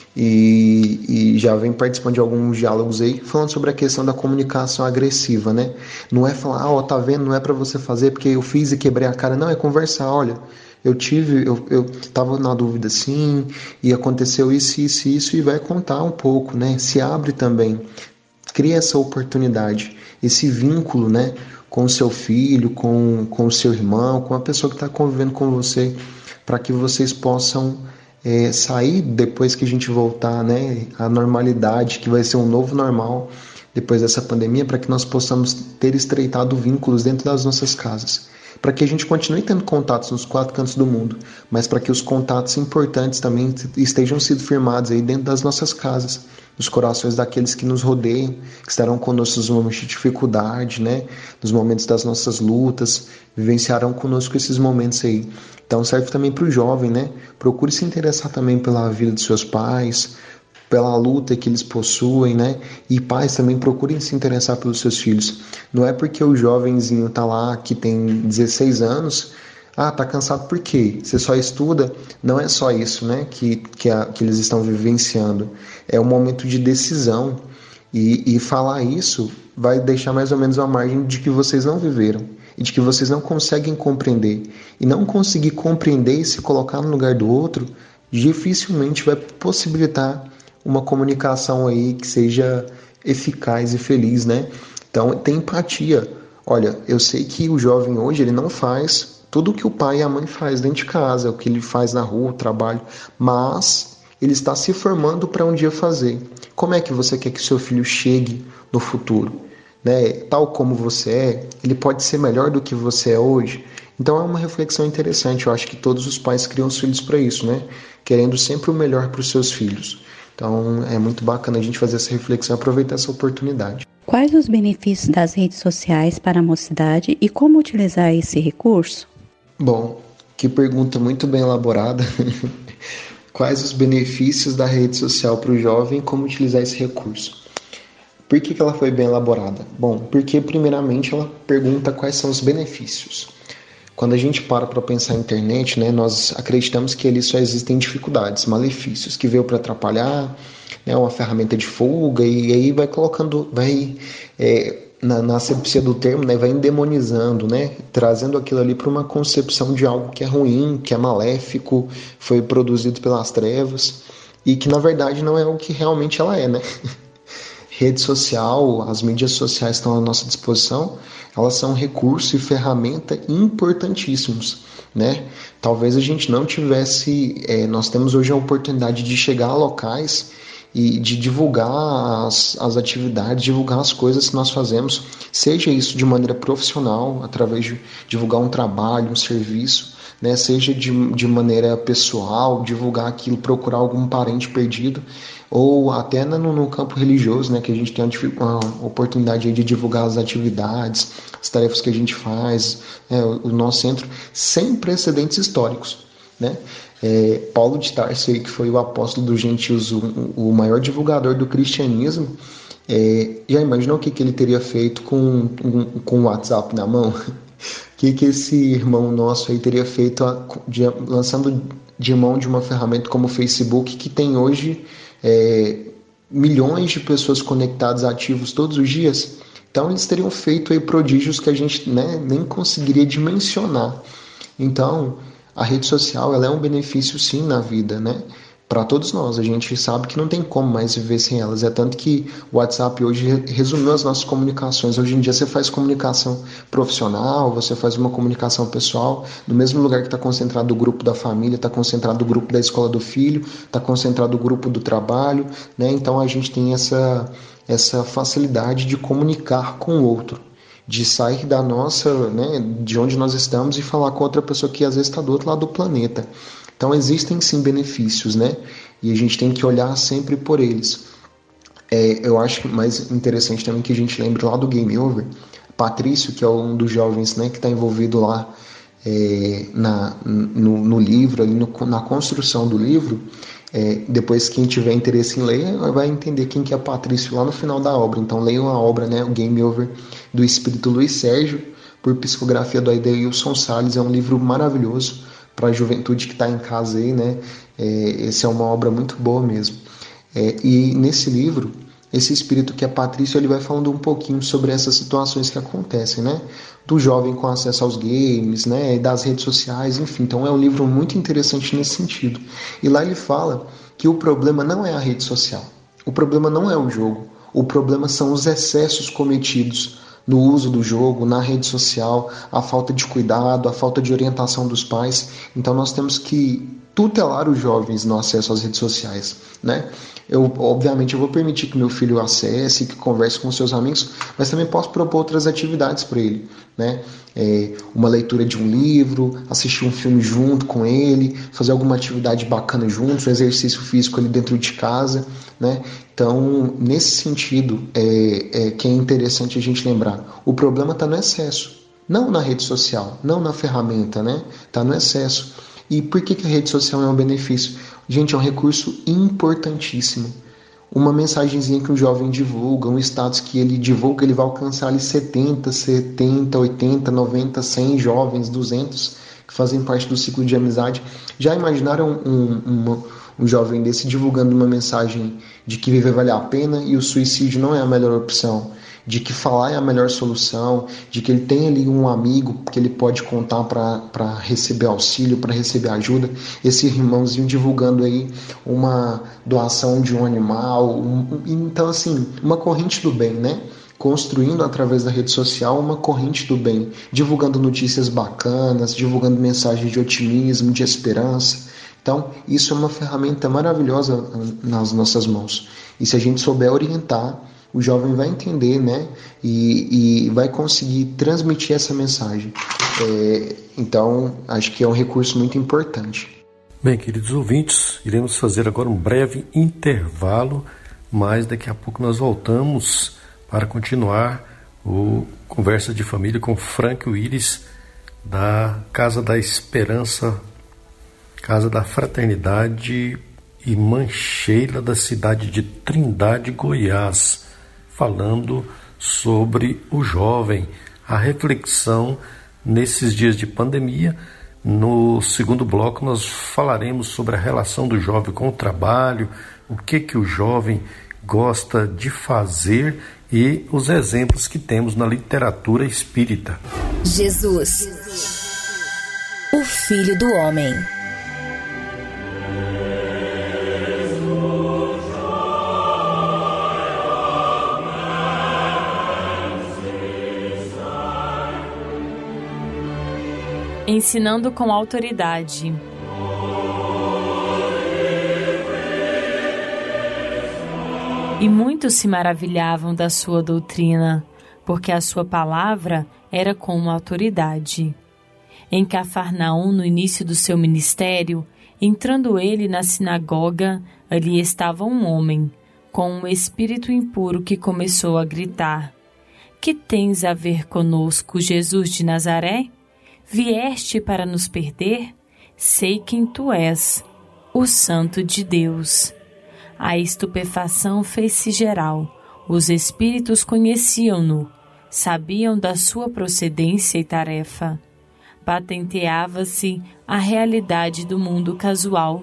E, e já vem participando de alguns diálogos aí falando sobre a questão da comunicação agressiva, né? Não é falar, ah, ó, tá vendo, não é para você fazer porque eu fiz e quebrei a cara. Não, é conversar, olha, eu tive, eu, eu tava na dúvida sim, e aconteceu isso, isso, isso, e vai contar um pouco, né? Se abre também, cria essa oportunidade, esse vínculo, né? Com o seu filho, com, com o seu irmão, com a pessoa que está convivendo com você, para que vocês possam É, sair depois que a gente voltar, né, à normalidade, que vai ser um novo normal depois dessa pandemia, para que nós possamos ter estreitado vínculos dentro das nossas casas, para que a gente continue tendo contatos nos quatro cantos do mundo, mas para que os contatos importantes também estejam sendo firmados aí dentro das nossas casas, nos corações daqueles que nos rodeiam, que estarão conosco nos momentos de dificuldade, né, nos momentos das nossas lutas, vivenciarão conosco esses momentos aí. Então serve também para o jovem, né? Procure se interessar também pela vida de seus pais, pela luta que eles possuem, né? E pais também procurem se interessar pelos seus filhos. Não é porque o jovenzinho tá lá, que tem dezesseis anos, ah, tá cansado por quê? Você só estuda? Não é só isso, né? Que, que, a, que eles estão vivenciando. É um momento de decisão. E, e falar isso vai deixar mais ou menos uma margem de que vocês não viveram. E de que vocês não conseguem compreender. E não conseguir compreender e se colocar no lugar do outro, dificilmente vai possibilitar uma comunicação aí que seja eficaz e feliz, né? Então, tem empatia. Olha, eu sei que o jovem hoje, ele não faz tudo o que o pai e a mãe faz dentro de casa, o que ele faz na rua, o trabalho, mas ele está se formando para um dia fazer. Como é que você quer que seu filho chegue no futuro? Né? Tal como você é, ele pode ser melhor do que você é hoje. Então é uma reflexão interessante. Eu acho que todos os pais criam os filhos para isso, né? Querendo sempre o melhor para os seus filhos. Então é muito bacana a gente fazer essa reflexão e aproveitar essa oportunidade. Quais os benefícios das redes sociais para a mocidade e como utilizar esse recurso? Bom, que pergunta muito bem elaborada. Quais os benefícios da rede social para o jovem e como utilizar esse recurso? Por que que ela foi bem elaborada? Bom, porque primeiramente ela pergunta quais são os benefícios. Quando a gente para para pensar na internet, né, nós acreditamos que ali só existem dificuldades, malefícios, que veio para atrapalhar, né, uma ferramenta de fuga, e aí vai colocando, vai, é, na, na acepção do termo, né, vai endemonizando, né, trazendo aquilo ali para uma concepção de algo que é ruim, que é maléfico, foi produzido pelas trevas, e que na verdade não é o que realmente ela é, né? Rede social, as mídias sociais estão à nossa disposição, elas são um recurso e ferramenta importantíssimos, né? Talvez a gente não tivesse, é, nós temos hoje a oportunidade de chegar a locais e de divulgar as, as atividades, divulgar as coisas que nós fazemos, seja isso de maneira profissional, através de divulgar um trabalho, um serviço, né? Seja de, de maneira pessoal, divulgar aquilo, procurar algum parente perdido, ou até no, no campo religioso, né, que a gente tem uma, uma oportunidade aí de divulgar as atividades, as tarefas que a gente faz, né, o, o nosso centro, sem precedentes históricos, né? É, Paulo de Tarso, aí, que foi o apóstolo dos gentios, o, o maior divulgador do cristianismo, é, já imaginou o que, que ele teria feito com, com, com o WhatsApp na mão? O que, que esse irmão nosso aí teria feito a, de, lançando de mão de uma ferramenta como o Facebook, que tem hoje É, milhões de pessoas conectadas, ativos todos os dias? Então eles teriam feito aí prodígios que a gente, né, nem conseguiria dimensionar. Então a rede social, ela é um benefício sim na vida, né, para todos nós. A gente sabe que não tem como mais viver sem elas. É tanto que o WhatsApp hoje resumiu as nossas comunicações. Hoje em dia você faz comunicação profissional, você faz uma comunicação pessoal, no mesmo lugar que está concentrado o grupo da família, está concentrado o grupo da escola do filho, está concentrado o grupo do trabalho, né? Então a gente tem essa, essa facilidade de comunicar com o outro, de sair da nossa, né, de onde nós estamos e falar com outra pessoa que às vezes está do outro lado do planeta. Então existem sim benefícios, né? E a gente tem que olhar sempre por eles. É, eu acho mais interessante também que a gente lembre lá do Game Over, Patrício, que é um dos jovens, né, que está envolvido lá é, na, no, no livro, ali no, na construção do livro. É, depois quem tiver interesse em ler vai entender quem que é Patrício lá no final da obra. Então leiam a obra, né, o Game Over, do Espírito Luiz Sérgio, por psicografia do Adeilson Salles. É um livro maravilhoso para a juventude que está em casa aí, né? É, essa é uma obra muito boa mesmo. É, e nesse livro, esse espírito que é Patrício, ele vai falando um pouquinho sobre essas situações que acontecem, né? Do jovem com acesso aos games, né? E das redes sociais, enfim. Então é um livro muito interessante nesse sentido. E lá ele fala que o problema não é a rede social, o problema não é o jogo, o problema são os excessos cometidos no uso do jogo, na rede social, a falta de cuidado, a falta de orientação dos pais. Então nós temos que tutelar os jovens no acesso às redes sociais, né? Eu, obviamente, eu vou permitir que meu filho acesse, que converse com seus amigos, mas também posso propor outras atividades para ele, né? É, uma leitura de um livro, assistir um filme junto com ele, fazer alguma atividade bacana juntos, um exercício físico ali dentro de casa, né? Então, nesse sentido, é, é que é interessante a gente lembrar, o problema está no excesso, não na rede social, não na ferramenta, né? Está no excesso. E por que, que a rede social é um benefício? Gente, é um recurso importantíssimo. Uma mensagenzinha que um jovem divulga, um status que ele divulga, ele vai alcançar ali setenta, setenta, oitenta, noventa, cem jovens, duzentos, que fazem parte do ciclo de amizade. Já imaginaram um, um, um jovem desse divulgando uma mensagem de que viver vale a pena e o suicídio não é a melhor opção? De que falar é a melhor solução, de que ele tem ali um amigo que ele pode contar para receber auxílio, para receber ajuda. Esse irmãozinho divulgando aí uma doação de um animal. Um, então, assim, uma corrente do bem, né? Construindo através da rede social uma corrente do bem, divulgando notícias bacanas, divulgando mensagens de otimismo, de esperança. Então, isso é uma ferramenta maravilhosa nas nossas mãos. E se a gente souber orientar, o jovem vai entender, né? E, e vai conseguir transmitir essa mensagem. É, então, acho que é um recurso muito importante. Bem, queridos ouvintes, iremos fazer agora um breve intervalo, mas daqui a pouco nós voltamos para continuar o Conversa de Família com Frank Willis, da Casa da Esperança, Casa da Fraternidade e Mancheira, da cidade de Trindade, Goiás, falando sobre o jovem, a reflexão nesses dias de pandemia. No segundo bloco nós falaremos sobre a relação do jovem com o trabalho, o que que o jovem gosta de fazer e os exemplos que temos na literatura espírita. Jesus, o Filho do Homem. Ensinando com autoridade. E muitos se maravilhavam da sua doutrina, porque a sua palavra era com autoridade. Em Cafarnaum, no início do seu ministério, entrando ele na sinagoga, ali estava um homem, com um espírito impuro, que começou a gritar: Que tens a ver conosco, Jesus de Nazaré? Vieste para nos perder? Sei quem tu és, o Santo de Deus. A estupefação fez-se geral. Os espíritos conheciam-no, sabiam da sua procedência e tarefa. Patenteava-se a realidade do mundo casual,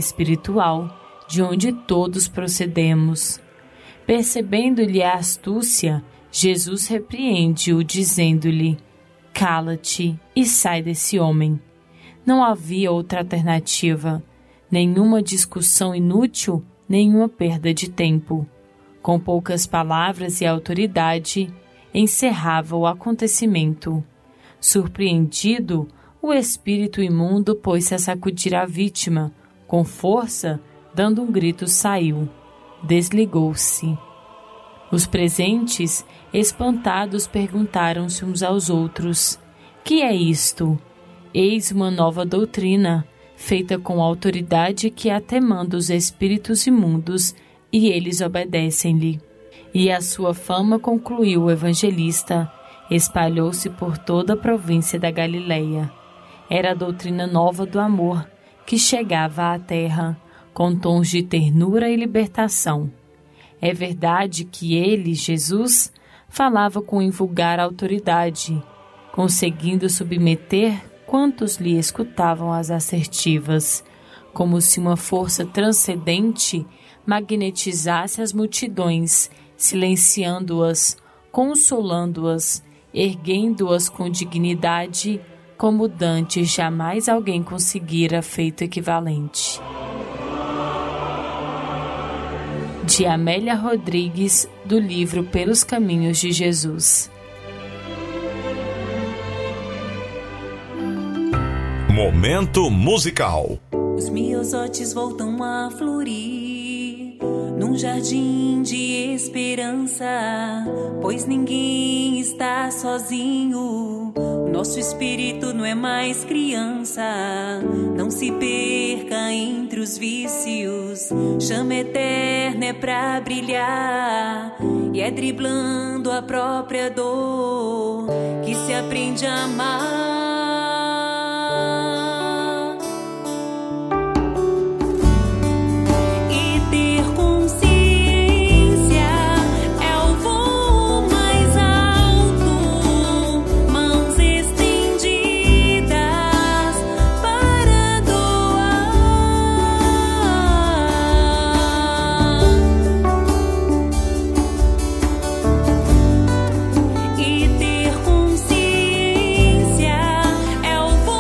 espiritual, de onde todos procedemos. Percebendo-lhe a astúcia, Jesus repreende-o, dizendo-lhe: Cala-te e sai desse homem. Não havia outra alternativa, nenhuma discussão inútil, nenhuma perda de tempo. Com poucas palavras e autoridade, encerrava o acontecimento. Surpreendido, o espírito imundo pôs-se a sacudir a vítima. Com força, dando um grito, saiu. Desligou-se. Os presentes, espantados, perguntaram-se uns aos outros: Que é isto? Eis uma nova doutrina, feita com autoridade, que até manda os espíritos imundos, e eles obedecem-lhe. E a sua fama, concluiu o evangelista, espalhou-se por toda a província da Galileia. Era a doutrina nova do amor, que chegava à terra, com tons de ternura e libertação. É verdade que ele, Jesus, falava com invulgar autoridade, conseguindo submeter quantos lhe escutavam às assertivas, como se uma força transcendente magnetizasse as multidões, silenciando-as, consolando-as, erguendo-as com dignidade, como dantes jamais alguém conseguira feito equivalente. De Amélia Rodrigues, do livro Pelos Caminhos de Jesus. Momento musical. Os miosotes voltam a florir num jardim de esperança, pois ninguém está sozinho. O nosso espírito não é mais criança. Não se perca entre os vícios. Chama eterna é pra brilhar, e é driblando a própria dor que se aprende a amar. E ter consciência é o voo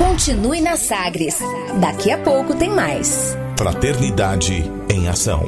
Continue na Sagres. Daqui a pouco tem mais. Fraternidade em Ação.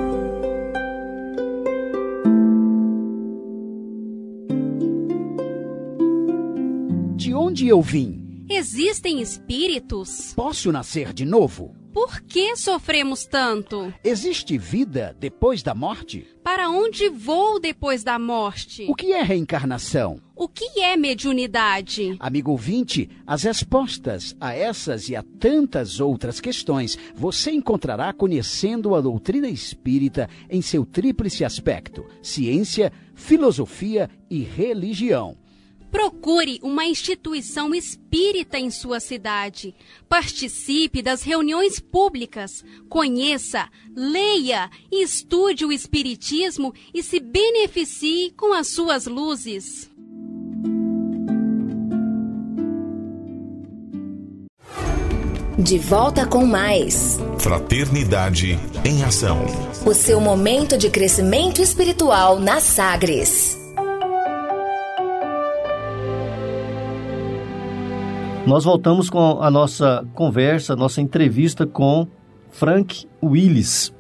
De onde eu vim? Existem espíritos? Posso nascer de novo? Por que sofremos tanto? Existe vida depois da morte? Para onde vou depois da morte? O que é reencarnação? O que é mediunidade? Amigo ouvinte, as respostas a essas e a tantas outras questões você encontrará conhecendo a doutrina espírita em seu tríplice aspecto: ciência, filosofia e religião. Procure uma instituição espírita em sua cidade. Participe das reuniões públicas. Conheça, leia e estude o espiritismo e se beneficie com as suas luzes. De volta com mais Fraternidade em Ação. O seu momento de crescimento espiritual na Sagres. Nós voltamos com a nossa conversa, nossa entrevista com Frank Willis,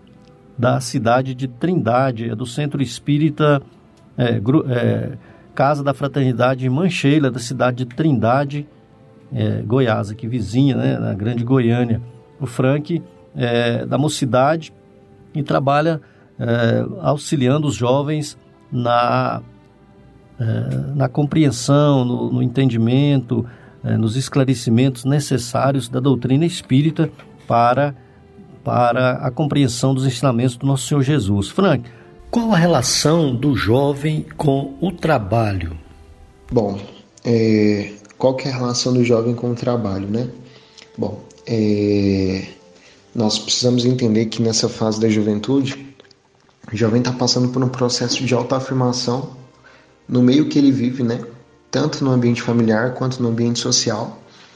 da cidade de Trindade, é do Centro Espírita é, Gru, é, Casa da Fraternidade Mancheila, da cidade de Trindade, é, Goiás, aqui vizinha, né, na Grande Goiânia. O Frank é da mocidade e trabalha é, auxiliando os jovens na, é, na compreensão, no, no entendimento, nos esclarecimentos necessários da doutrina espírita para, para a compreensão dos ensinamentos do nosso Senhor Jesus. Frank, qual a relação do jovem com o trabalho? Bom, é, qual que é a relação do jovem com o trabalho, né? Bom, é, nós precisamos entender que nessa fase da juventude, o jovem está passando por um processo de autoafirmação no meio que ele vive, né? Tanto no ambiente familiar quanto no ambiente social,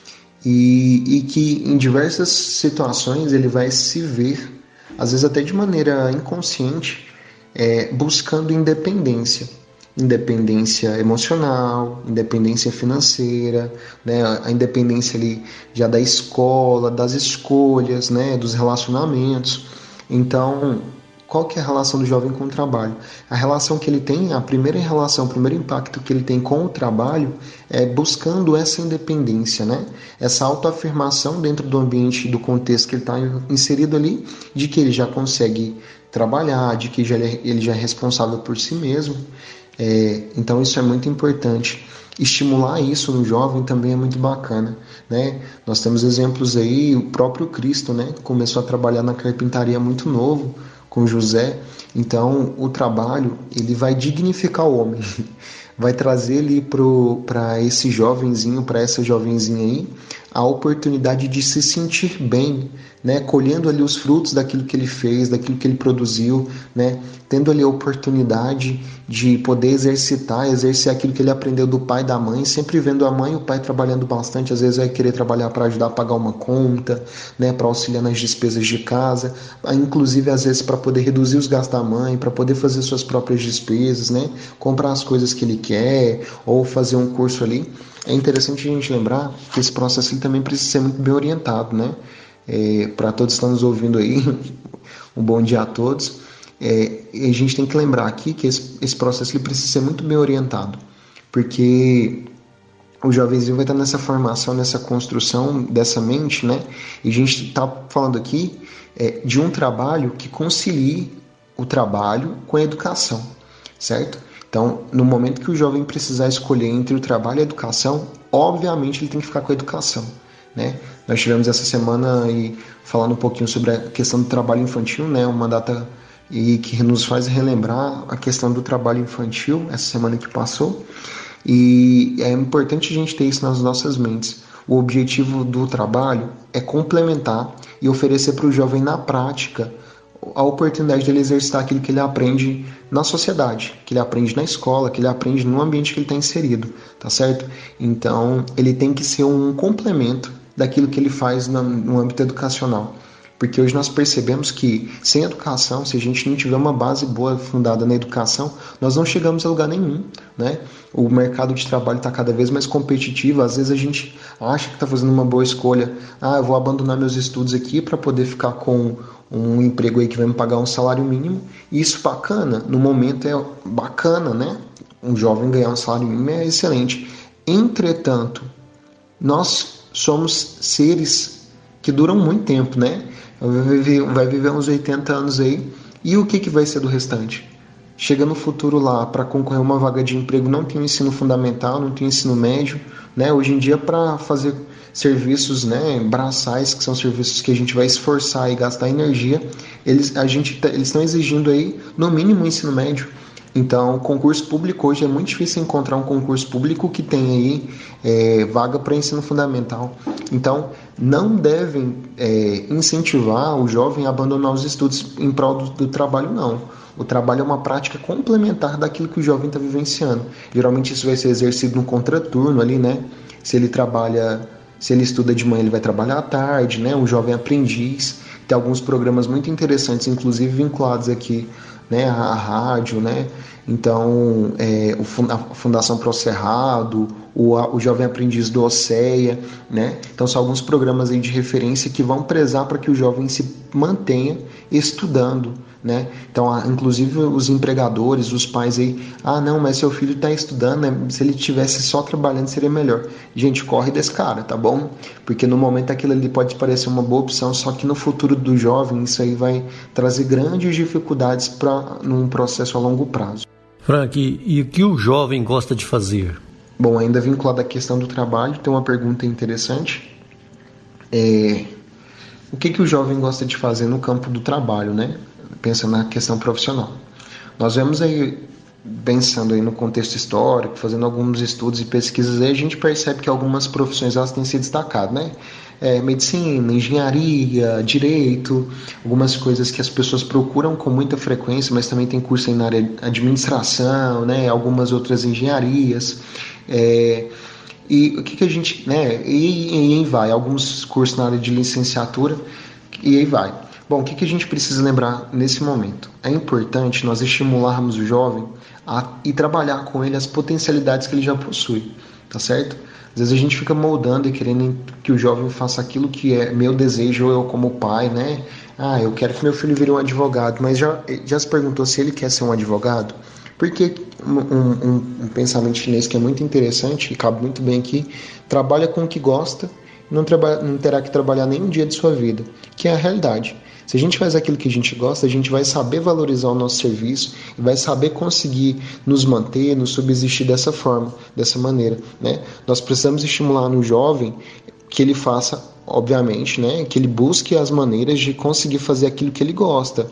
e, e que em diversas situações ele vai se ver, às vezes até de maneira inconsciente, é, buscando independência, independência emocional, independência financeira, né, a independência ali já da escola, das escolhas, né, dos relacionamentos. Então, qual que é a relação do jovem com o trabalho? A relação que ele tem, a primeira relação, o primeiro impacto que ele tem com o trabalho é buscando essa independência, né? Essa autoafirmação dentro do ambiente, do contexto que ele está inserido ali, de que ele já consegue trabalhar, de que já ele já é responsável por si mesmo. É, então isso é muito importante. Estimular isso no jovem também é muito bacana, né? Nós temos exemplos aí, o próprio Cristo, né? Começou a trabalhar na carpintaria muito novo, com José. Então o trabalho ele vai dignificar o homem, vai trazer ali para esse jovenzinho, para essa jovenzinha aí, a oportunidade de se sentir bem, né? Colhendo ali os frutos daquilo que ele fez, daquilo que ele produziu, né? Tendo ali a oportunidade de poder exercitar, exercer aquilo que ele aprendeu do pai e da mãe, sempre vendo a mãe e o pai trabalhando bastante, às vezes vai querer trabalhar para ajudar a pagar uma conta, né? Para auxiliar nas despesas de casa, inclusive às vezes para poder reduzir os gastos da mãe, para poder fazer suas próprias despesas, né? Comprar as coisas que ele quer, ou fazer um curso ali. É interessante a gente lembrar que esse processo ele também precisa ser muito bem orientado, né? É, para todos que estão nos ouvindo aí, um bom dia a todos. É, a gente tem que lembrar aqui que esse, esse processo ele precisa ser muito bem orientado, porque o jovenzinho vai estar nessa formação, nessa construção dessa mente, né? E a gente está falando aqui é, de um trabalho que concilie o trabalho com a educação, certo? Então, no momento que o jovem precisar escolher entre o trabalho e a educação, obviamente ele tem que ficar com a educação, né? Nós tivemos essa semana aí falando um pouquinho sobre a questão do trabalho infantil, né? Uma data e que nos faz relembrar a questão do trabalho infantil, essa semana que passou. E é importante a gente ter isso nas nossas mentes. O objetivo do trabalho é complementar e oferecer para o jovem na prática a oportunidade de ele exercitar aquilo que ele aprende na sociedade, que ele aprende na escola, que ele aprende no ambiente que ele está inserido, tá certo? Então, ele tem que ser um complemento daquilo que ele faz no, no âmbito educacional. Porque hoje nós percebemos que sem educação, se a gente não tiver uma base boa fundada na educação, nós não chegamos a lugar nenhum, né? O mercado de trabalho está cada vez mais competitivo, às vezes a gente acha que está fazendo uma boa escolha. Ah, eu vou abandonar meus estudos aqui para poder ficar com um emprego aí que vai me pagar um salário mínimo. E isso bacana, no momento é bacana, né? Um jovem ganhar um salário mínimo é excelente. Entretanto, nós somos seres que duram muito tempo, né? Vai viver, vai viver uns oitenta anos aí. E o que, que vai ser do restante? Chega no futuro lá, para concorrer a uma vaga de emprego, não tem o ensino fundamental, não tem o ensino médio, né? Hoje em dia, para fazer serviços, né, braçais, que são serviços que a gente vai esforçar e gastar energia, eles a gente eles estão exigindo aí, no mínimo, o ensino médio. Então, concurso público hoje é muito difícil encontrar um concurso público que tenha aí é, vaga para ensino fundamental. Então, não devem é, incentivar o jovem a abandonar os estudos em prol do, do trabalho, não. O trabalho é uma prática complementar daquilo que o jovem está vivenciando. Geralmente isso vai ser exercido no contraturno ali, né? Se ele trabalha, se ele estuda de manhã, ele vai trabalhar à tarde, né? Um jovem aprendiz. Tem alguns programas muito interessantes, inclusive vinculados aqui, né, a rádio, né? Então, é, a Fundação Pro Cerrado, o, o Jovem Aprendiz do OSEA, né? Então, são alguns programas aí de referência que vão prezar para que o jovem se mantenha estudando, né? Então, inclusive os empregadores, os pais aí, ah, não, mas seu filho está estudando, né? Se ele estivesse só trabalhando seria melhor. Gente, corre desse cara, tá bom? Porque no momento aquilo ali pode parecer uma boa opção, só que no futuro do jovem isso aí vai trazer grandes dificuldades para num processo a longo prazo. Frank, e o que o jovem gosta de fazer? Bom, ainda vinculado à questão do trabalho, tem uma pergunta interessante. É, o que, que o jovem gosta de fazer no campo do trabalho, né? Pensando na questão profissional. Nós vemos aí, pensando aí no contexto histórico, fazendo alguns estudos e pesquisas, aí a gente percebe que algumas profissões elas têm se destacado, né? É, medicina, engenharia, direito, algumas coisas que as pessoas procuram com muita frequência, mas também tem curso aí na área de administração, né? Algumas outras engenharias. É, e o que, que a gente, né? E, e aí vai, alguns cursos na área de licenciatura, e aí vai. Bom, o que, que a gente precisa lembrar nesse momento? É importante nós estimularmos o jovem a ir trabalhar com ele as potencialidades que ele já possui, tá certo? Às vezes a gente fica moldando e querendo que o jovem faça aquilo que é meu desejo, eu como pai, né? Ah, eu quero que meu filho vire um advogado, mas já, já se perguntou se ele quer ser um advogado? Porque um, um, um pensamento chinês que é muito interessante e cabe muito bem aqui, trabalha com o que gosta, não, trabalha, não terá que trabalhar nem um dia de sua vida, que é a realidade. Se a gente faz aquilo que a gente gosta, a gente vai saber valorizar o nosso serviço e vai saber conseguir nos manter, nos subsistir dessa forma, dessa maneira, né? Nós precisamos estimular no jovem que ele faça, obviamente, né? Que ele busque as maneiras de conseguir fazer aquilo que ele gosta.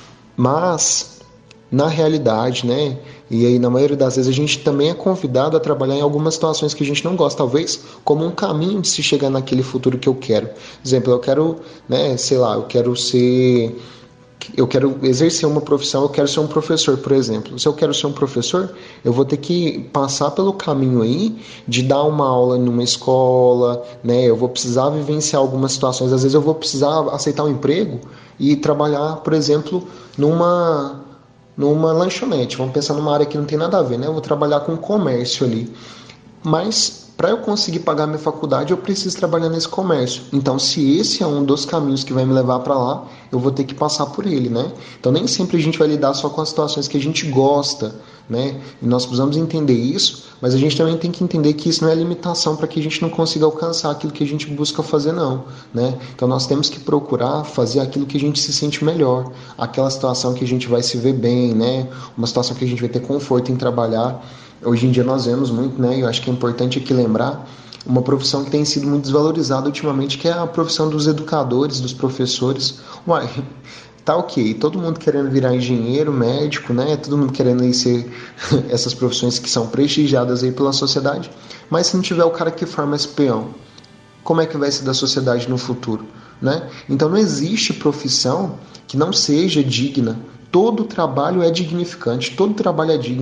Mas, na realidade, né? E aí, na maioria das vezes, a gente também é convidado a trabalhar em algumas situações que a gente não gosta, talvez como um caminho de se chegar naquele futuro que eu quero. Por exemplo, eu quero, né, sei lá, eu quero ser... Eu quero exercer uma profissão, eu quero ser um professor, por exemplo. Se eu quero ser um professor, eu vou ter que passar pelo caminho aí de dar uma aula numa escola, né? Eu vou precisar vivenciar algumas situações. Às vezes eu vou precisar aceitar um emprego e trabalhar, por exemplo, numa... numa lanchonete, vamos pensar numa área que não tem nada a ver, né? Eu vou trabalhar com comércio ali. Mas, para eu conseguir pagar minha faculdade, eu preciso trabalhar nesse comércio. Então, se esse é um dos caminhos que vai me levar para lá, eu vou ter que passar por ele, né? Então, nem sempre a gente vai lidar só com as situações que a gente gosta, né? E nós precisamos entender isso, mas a gente também tem que entender que isso não é limitação para que a gente não consiga alcançar aquilo que a gente busca fazer, não, né? Então, nós temos que procurar fazer aquilo que a gente se sente melhor, aquela situação que a gente vai se ver bem, né? Uma situação que a gente vai ter conforto em trabalhar. Hoje em dia nós vemos muito, né? Eu acho que é importante aqui lembrar uma profissão que tem sido muito desvalorizada ultimamente, que é a profissão dos educadores, dos professores. Uai, tá ok, todo mundo querendo virar engenheiro, médico, né? Todo mundo querendo aí ser essas profissões que são prestigiadas aí pela sociedade, mas se não tiver o cara que forma esse peão, como é que vai ser da sociedade no futuro, né? Então não existe profissão que não seja digna. Todo trabalho é dignificante, todo trabalho é digno,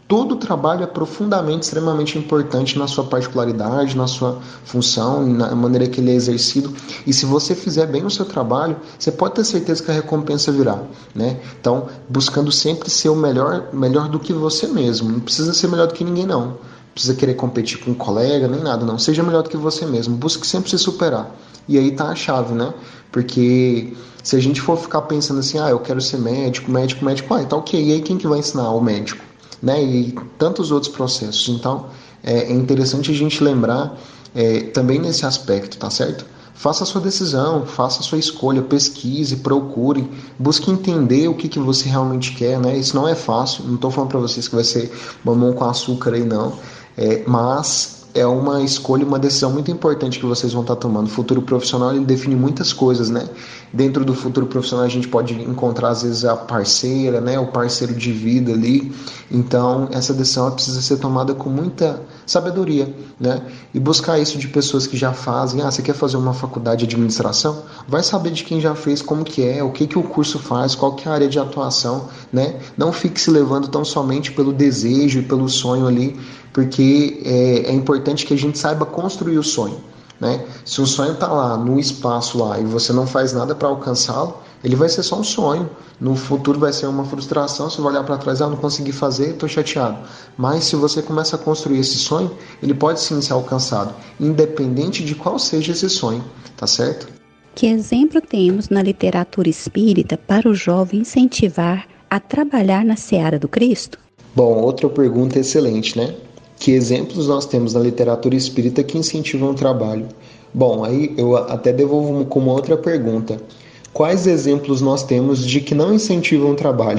Todo trabalho é profundamente, extremamente importante na sua particularidade, na sua função, na maneira que ele é exercido. E se você fizer bem o seu trabalho, você pode ter certeza que a recompensa virá, né? Então, buscando sempre ser o melhor, melhor do que você mesmo. Não precisa ser melhor do que ninguém, não. Não precisa querer competir com um colega, nem nada, não. Seja melhor do que você mesmo. Busque sempre se superar. E aí tá a chave, né? Porque se a gente for ficar pensando assim, ah, eu quero ser médico, médico, médico, ah, tá ok. E aí quem que vai ensinar o médico? Né, e tantos outros processos. Então, é interessante a gente lembrar é, também nesse aspecto, tá certo? Faça a sua decisão, faça a sua escolha, pesquise, procure, busque entender o que, que você realmente quer, né? Isso não é fácil, não estou falando para vocês que vai ser mamão com açúcar aí, não. É, mas é uma escolha, uma decisão muito importante que vocês vão estar tomando. O futuro profissional, ele define muitas coisas, né? Dentro do futuro profissional a gente pode encontrar às vezes a parceira, né? O parceiro de vida ali. Então essa decisão precisa ser tomada com muita sabedoria, né? E buscar isso de pessoas que já fazem. Ah, você quer fazer uma faculdade de administração? Vai saber de quem já fez, como que é, o que que o curso faz, qual que é a área de atuação, né? Não fique se levando tão somente pelo desejo e pelo sonho ali, porque é, é importante que a gente saiba construir o sonho, né? Se o sonho está lá, no espaço lá, e você não faz nada para alcançá-lo, ele vai ser só um sonho. No futuro vai ser uma frustração, você vai olhar para trás, ah, não consegui fazer, estou chateado. Mas se você começa a construir esse sonho, ele pode sim ser alcançado, independente de qual seja esse sonho, tá certo? Que exemplo temos na literatura espírita para o jovem incentivar a trabalhar na seara do Cristo? Bom, outra pergunta excelente, né? Que exemplos nós temos na literatura espírita que incentivam o trabalho? Bom, aí eu até devolvo com uma outra pergunta. Quais exemplos nós temos de que não incentivam o trabalho?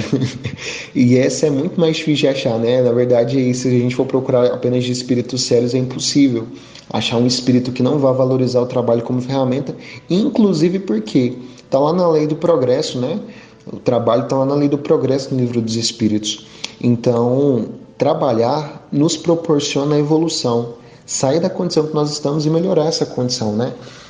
E essa é muito mais difícil de achar, né? Na verdade, se a gente for procurar apenas de espíritos sérios, é impossível achar um espírito que não vá valorizar o trabalho como ferramenta, inclusive porque está lá na lei do progresso, né? O trabalho está lá na lei do progresso no livro dos Espíritos. Então, trabalhar nos proporciona a evolução, sair da condição que nós estamos e melhorar essa condição, né?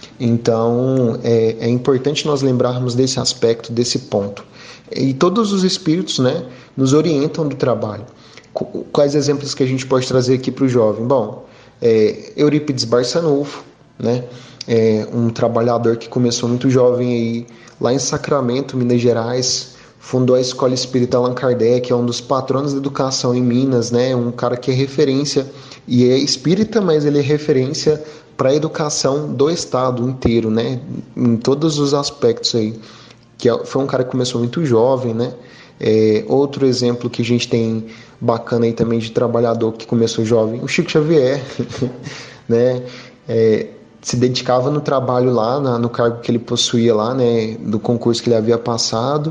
Então, é, é importante nós lembrarmos desse aspecto, desse ponto. E todos os espíritos, né, nos orientam do trabalho. Quais exemplos que a gente pode trazer aqui para o jovem? Bom, é, Eurípides Barçanufo, né, é um trabalhador que começou muito jovem aí, lá em Sacramento, Minas Gerais, fundou a Escola Espírita Allan Kardec, é um dos patronos da educação em Minas, né? Um cara que é referência, e é espírita, mas ele é referência para a educação do estado inteiro, né? Em todos os aspectos aí. Que foi um cara que começou muito jovem, né? É, outro exemplo que a gente tem bacana aí também de trabalhador que começou jovem, o Chico Xavier, né? É, se dedicava no trabalho lá, na, no cargo que ele possuía lá, né? Do concurso que ele havia passado.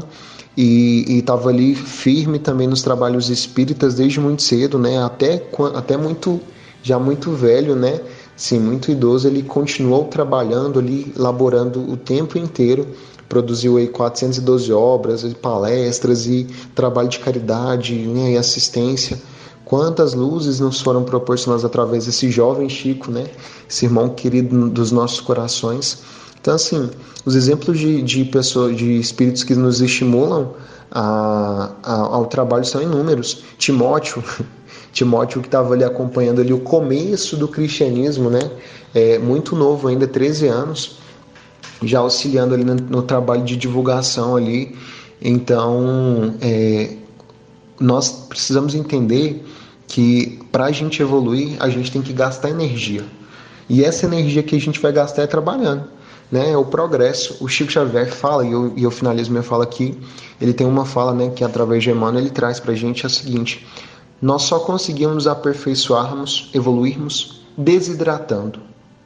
E estava ali firme também nos trabalhos espíritas desde muito cedo, né? Até, até muito, já muito velho, né? Sim, muito idoso, ele continuou trabalhando ali, laborando o tempo inteiro, produziu aí quatrocentas e doze obras, palestras e trabalho de caridade, né? E assistência. Quantas luzes nos foram proporcionadas através desse jovem Chico, né? Esse irmão querido dos nossos corações. Então, assim, os exemplos de, de pessoas, de espíritos que nos estimulam a, a, ao trabalho são inúmeros. Timóteo, Timóteo que estava ali acompanhando ali o começo do cristianismo, né? É, muito novo ainda, treze anos, já auxiliando ali no, no trabalho de divulgação ali. Então, é, nós precisamos entender que para a gente evoluir, a gente tem que gastar energia. E essa energia que a gente vai gastar é trabalhando. Né, o progresso. O Chico Xavier fala, e eu, e eu finalizo minha fala aqui, ele tem uma fala, né, que através de Emmanuel ele traz para a gente a seguinte: nós só conseguimos nos aperfeiçoarmos, evoluirmos, desidratando,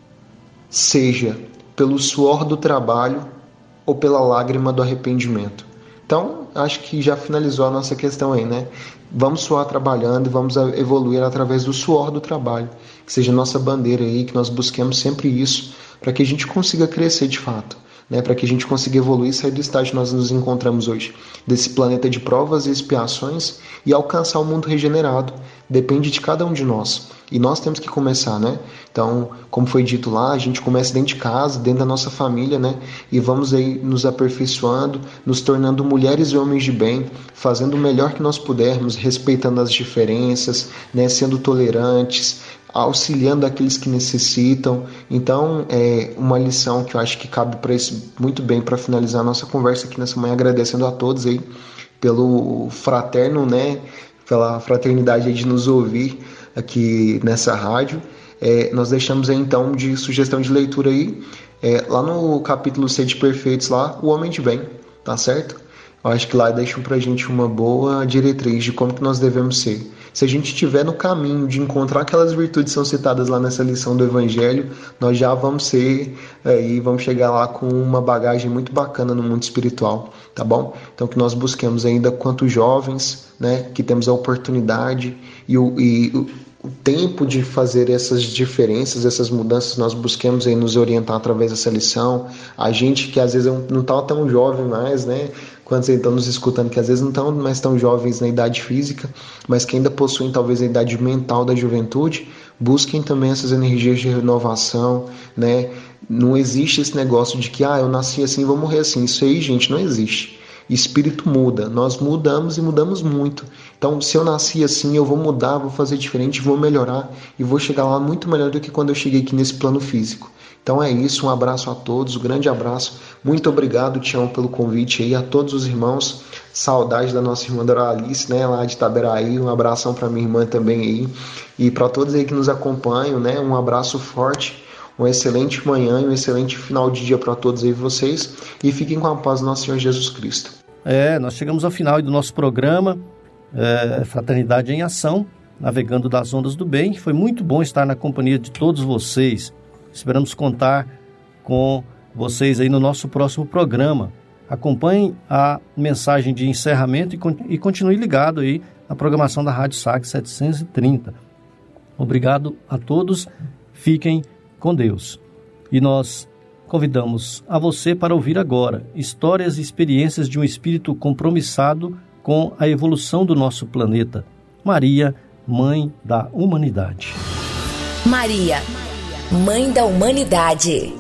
seja pelo suor do trabalho ou pela lágrima do arrependimento. Então, acho que já finalizou a nossa questão aí, né? Vamos suar trabalhando e vamos evoluir através do suor do trabalho, que seja nossa bandeira aí, que nós busquemos sempre isso, para que a gente consiga crescer de fato, né? Para que a gente consiga evoluir e sair do estágio que nós nos encontramos hoje, desse planeta de provas e expiações, e alcançar o mundo regenerado, depende de cada um de nós. E nós temos que começar, né? Então, como foi dito lá, a gente começa dentro de casa, dentro da nossa família, né? E vamos aí nos aperfeiçoando, nos tornando mulheres e homens de bem, fazendo o melhor que nós pudermos, respeitando as diferenças, né? Sendo tolerantes, auxiliando aqueles que necessitam. Então, é uma lição que eu acho que cabe para isso muito bem para finalizar a nossa conversa aqui nessa manhã, agradecendo a todos aí pelo fraterno, né? Pela fraternidade aí de nos ouvir aqui nessa rádio. É, nós deixamos aí então de sugestão de leitura aí, é, lá no capítulo Sede Perfeitos, lá, o Homem de Bem, tá certo? Eu acho que lá deixam pra gente uma boa diretriz de como que nós devemos ser. Se a gente estiver no caminho de encontrar aquelas virtudes que são citadas lá nessa lição do Evangelho, nós já vamos ser aí, vamos chegar lá com uma bagagem muito bacana no mundo espiritual, tá bom? Então que nós busquemos ainda quanto jovens, né, que temos a oportunidade e o, e o o tempo de fazer essas diferenças, essas mudanças, nós busquemos aí nos orientar através dessa lição. A gente que às vezes não está tão jovem mais, né? Quantos estão nos escutando que às vezes não estão mais tão jovens na idade física, mas que ainda possuem talvez a idade mental da juventude, busquem também essas energias de renovação, né? Não existe esse negócio de que, ah, eu nasci assim, vou morrer assim. Isso aí, gente, não existe. Espírito muda, nós mudamos e mudamos muito. Então, se eu nasci assim, eu vou mudar, vou fazer diferente, vou melhorar e vou chegar lá muito melhor do que quando eu cheguei aqui nesse plano físico. Então é isso, um abraço a todos, um grande abraço. Muito obrigado, Tião, pelo convite aí, a todos os irmãos. Saudade da nossa irmã Doralice, né, lá de Itaberaí. Um abração para minha irmã também aí. E para todos aí que nos acompanham, né, um abraço forte. Uma excelente manhã e um excelente final de dia para todos aí vocês. E fiquem com a paz do nosso Senhor Jesus Cristo. É, nós chegamos ao final do nosso programa, é, Fraternidade em Ação, navegando das ondas do bem. Foi muito bom estar na companhia de todos vocês. Esperamos contar com vocês aí no nosso próximo programa. Acompanhem a mensagem de encerramento e, e continue ligado aí na programação da Rádio S A G setecentos e trinta. Obrigado a todos. Fiquem com Deus. E nós convidamos a você para ouvir agora histórias e experiências de um espírito compromissado com a evolução do nosso planeta. Maria, Mãe da Humanidade. Maria, Mãe da Humanidade.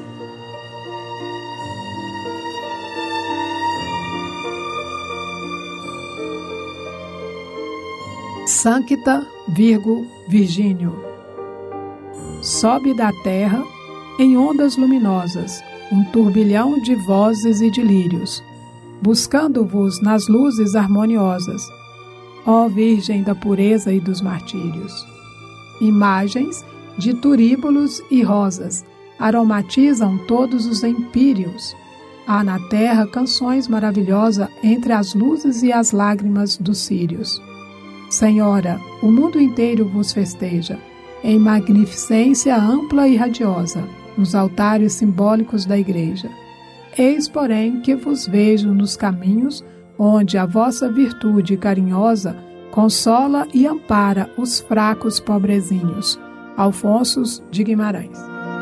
Sancta Virgo Virgínio. Sobe da terra em ondas luminosas, um turbilhão de vozes e de lírios, buscando-vos nas luzes harmoniosas, ó Virgem da pureza e dos martírios. Imagens de turíbulos e rosas aromatizam todos os empíreos. Há na terra canções maravilhosas entre as luzes e as lágrimas dos círios. Senhora, o mundo inteiro vos festeja, em magnificência ampla e radiosa, nos altares simbólicos da Igreja. Eis, porém, que vos vejo nos caminhos onde a vossa virtude carinhosa consola e ampara os fracos pobrezinhos. Alfonso de Guimarães.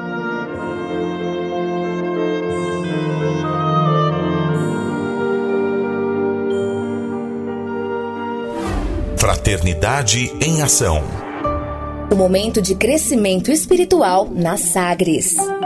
Fraternidade em Ação. O momento de crescimento espiritual na Sagres.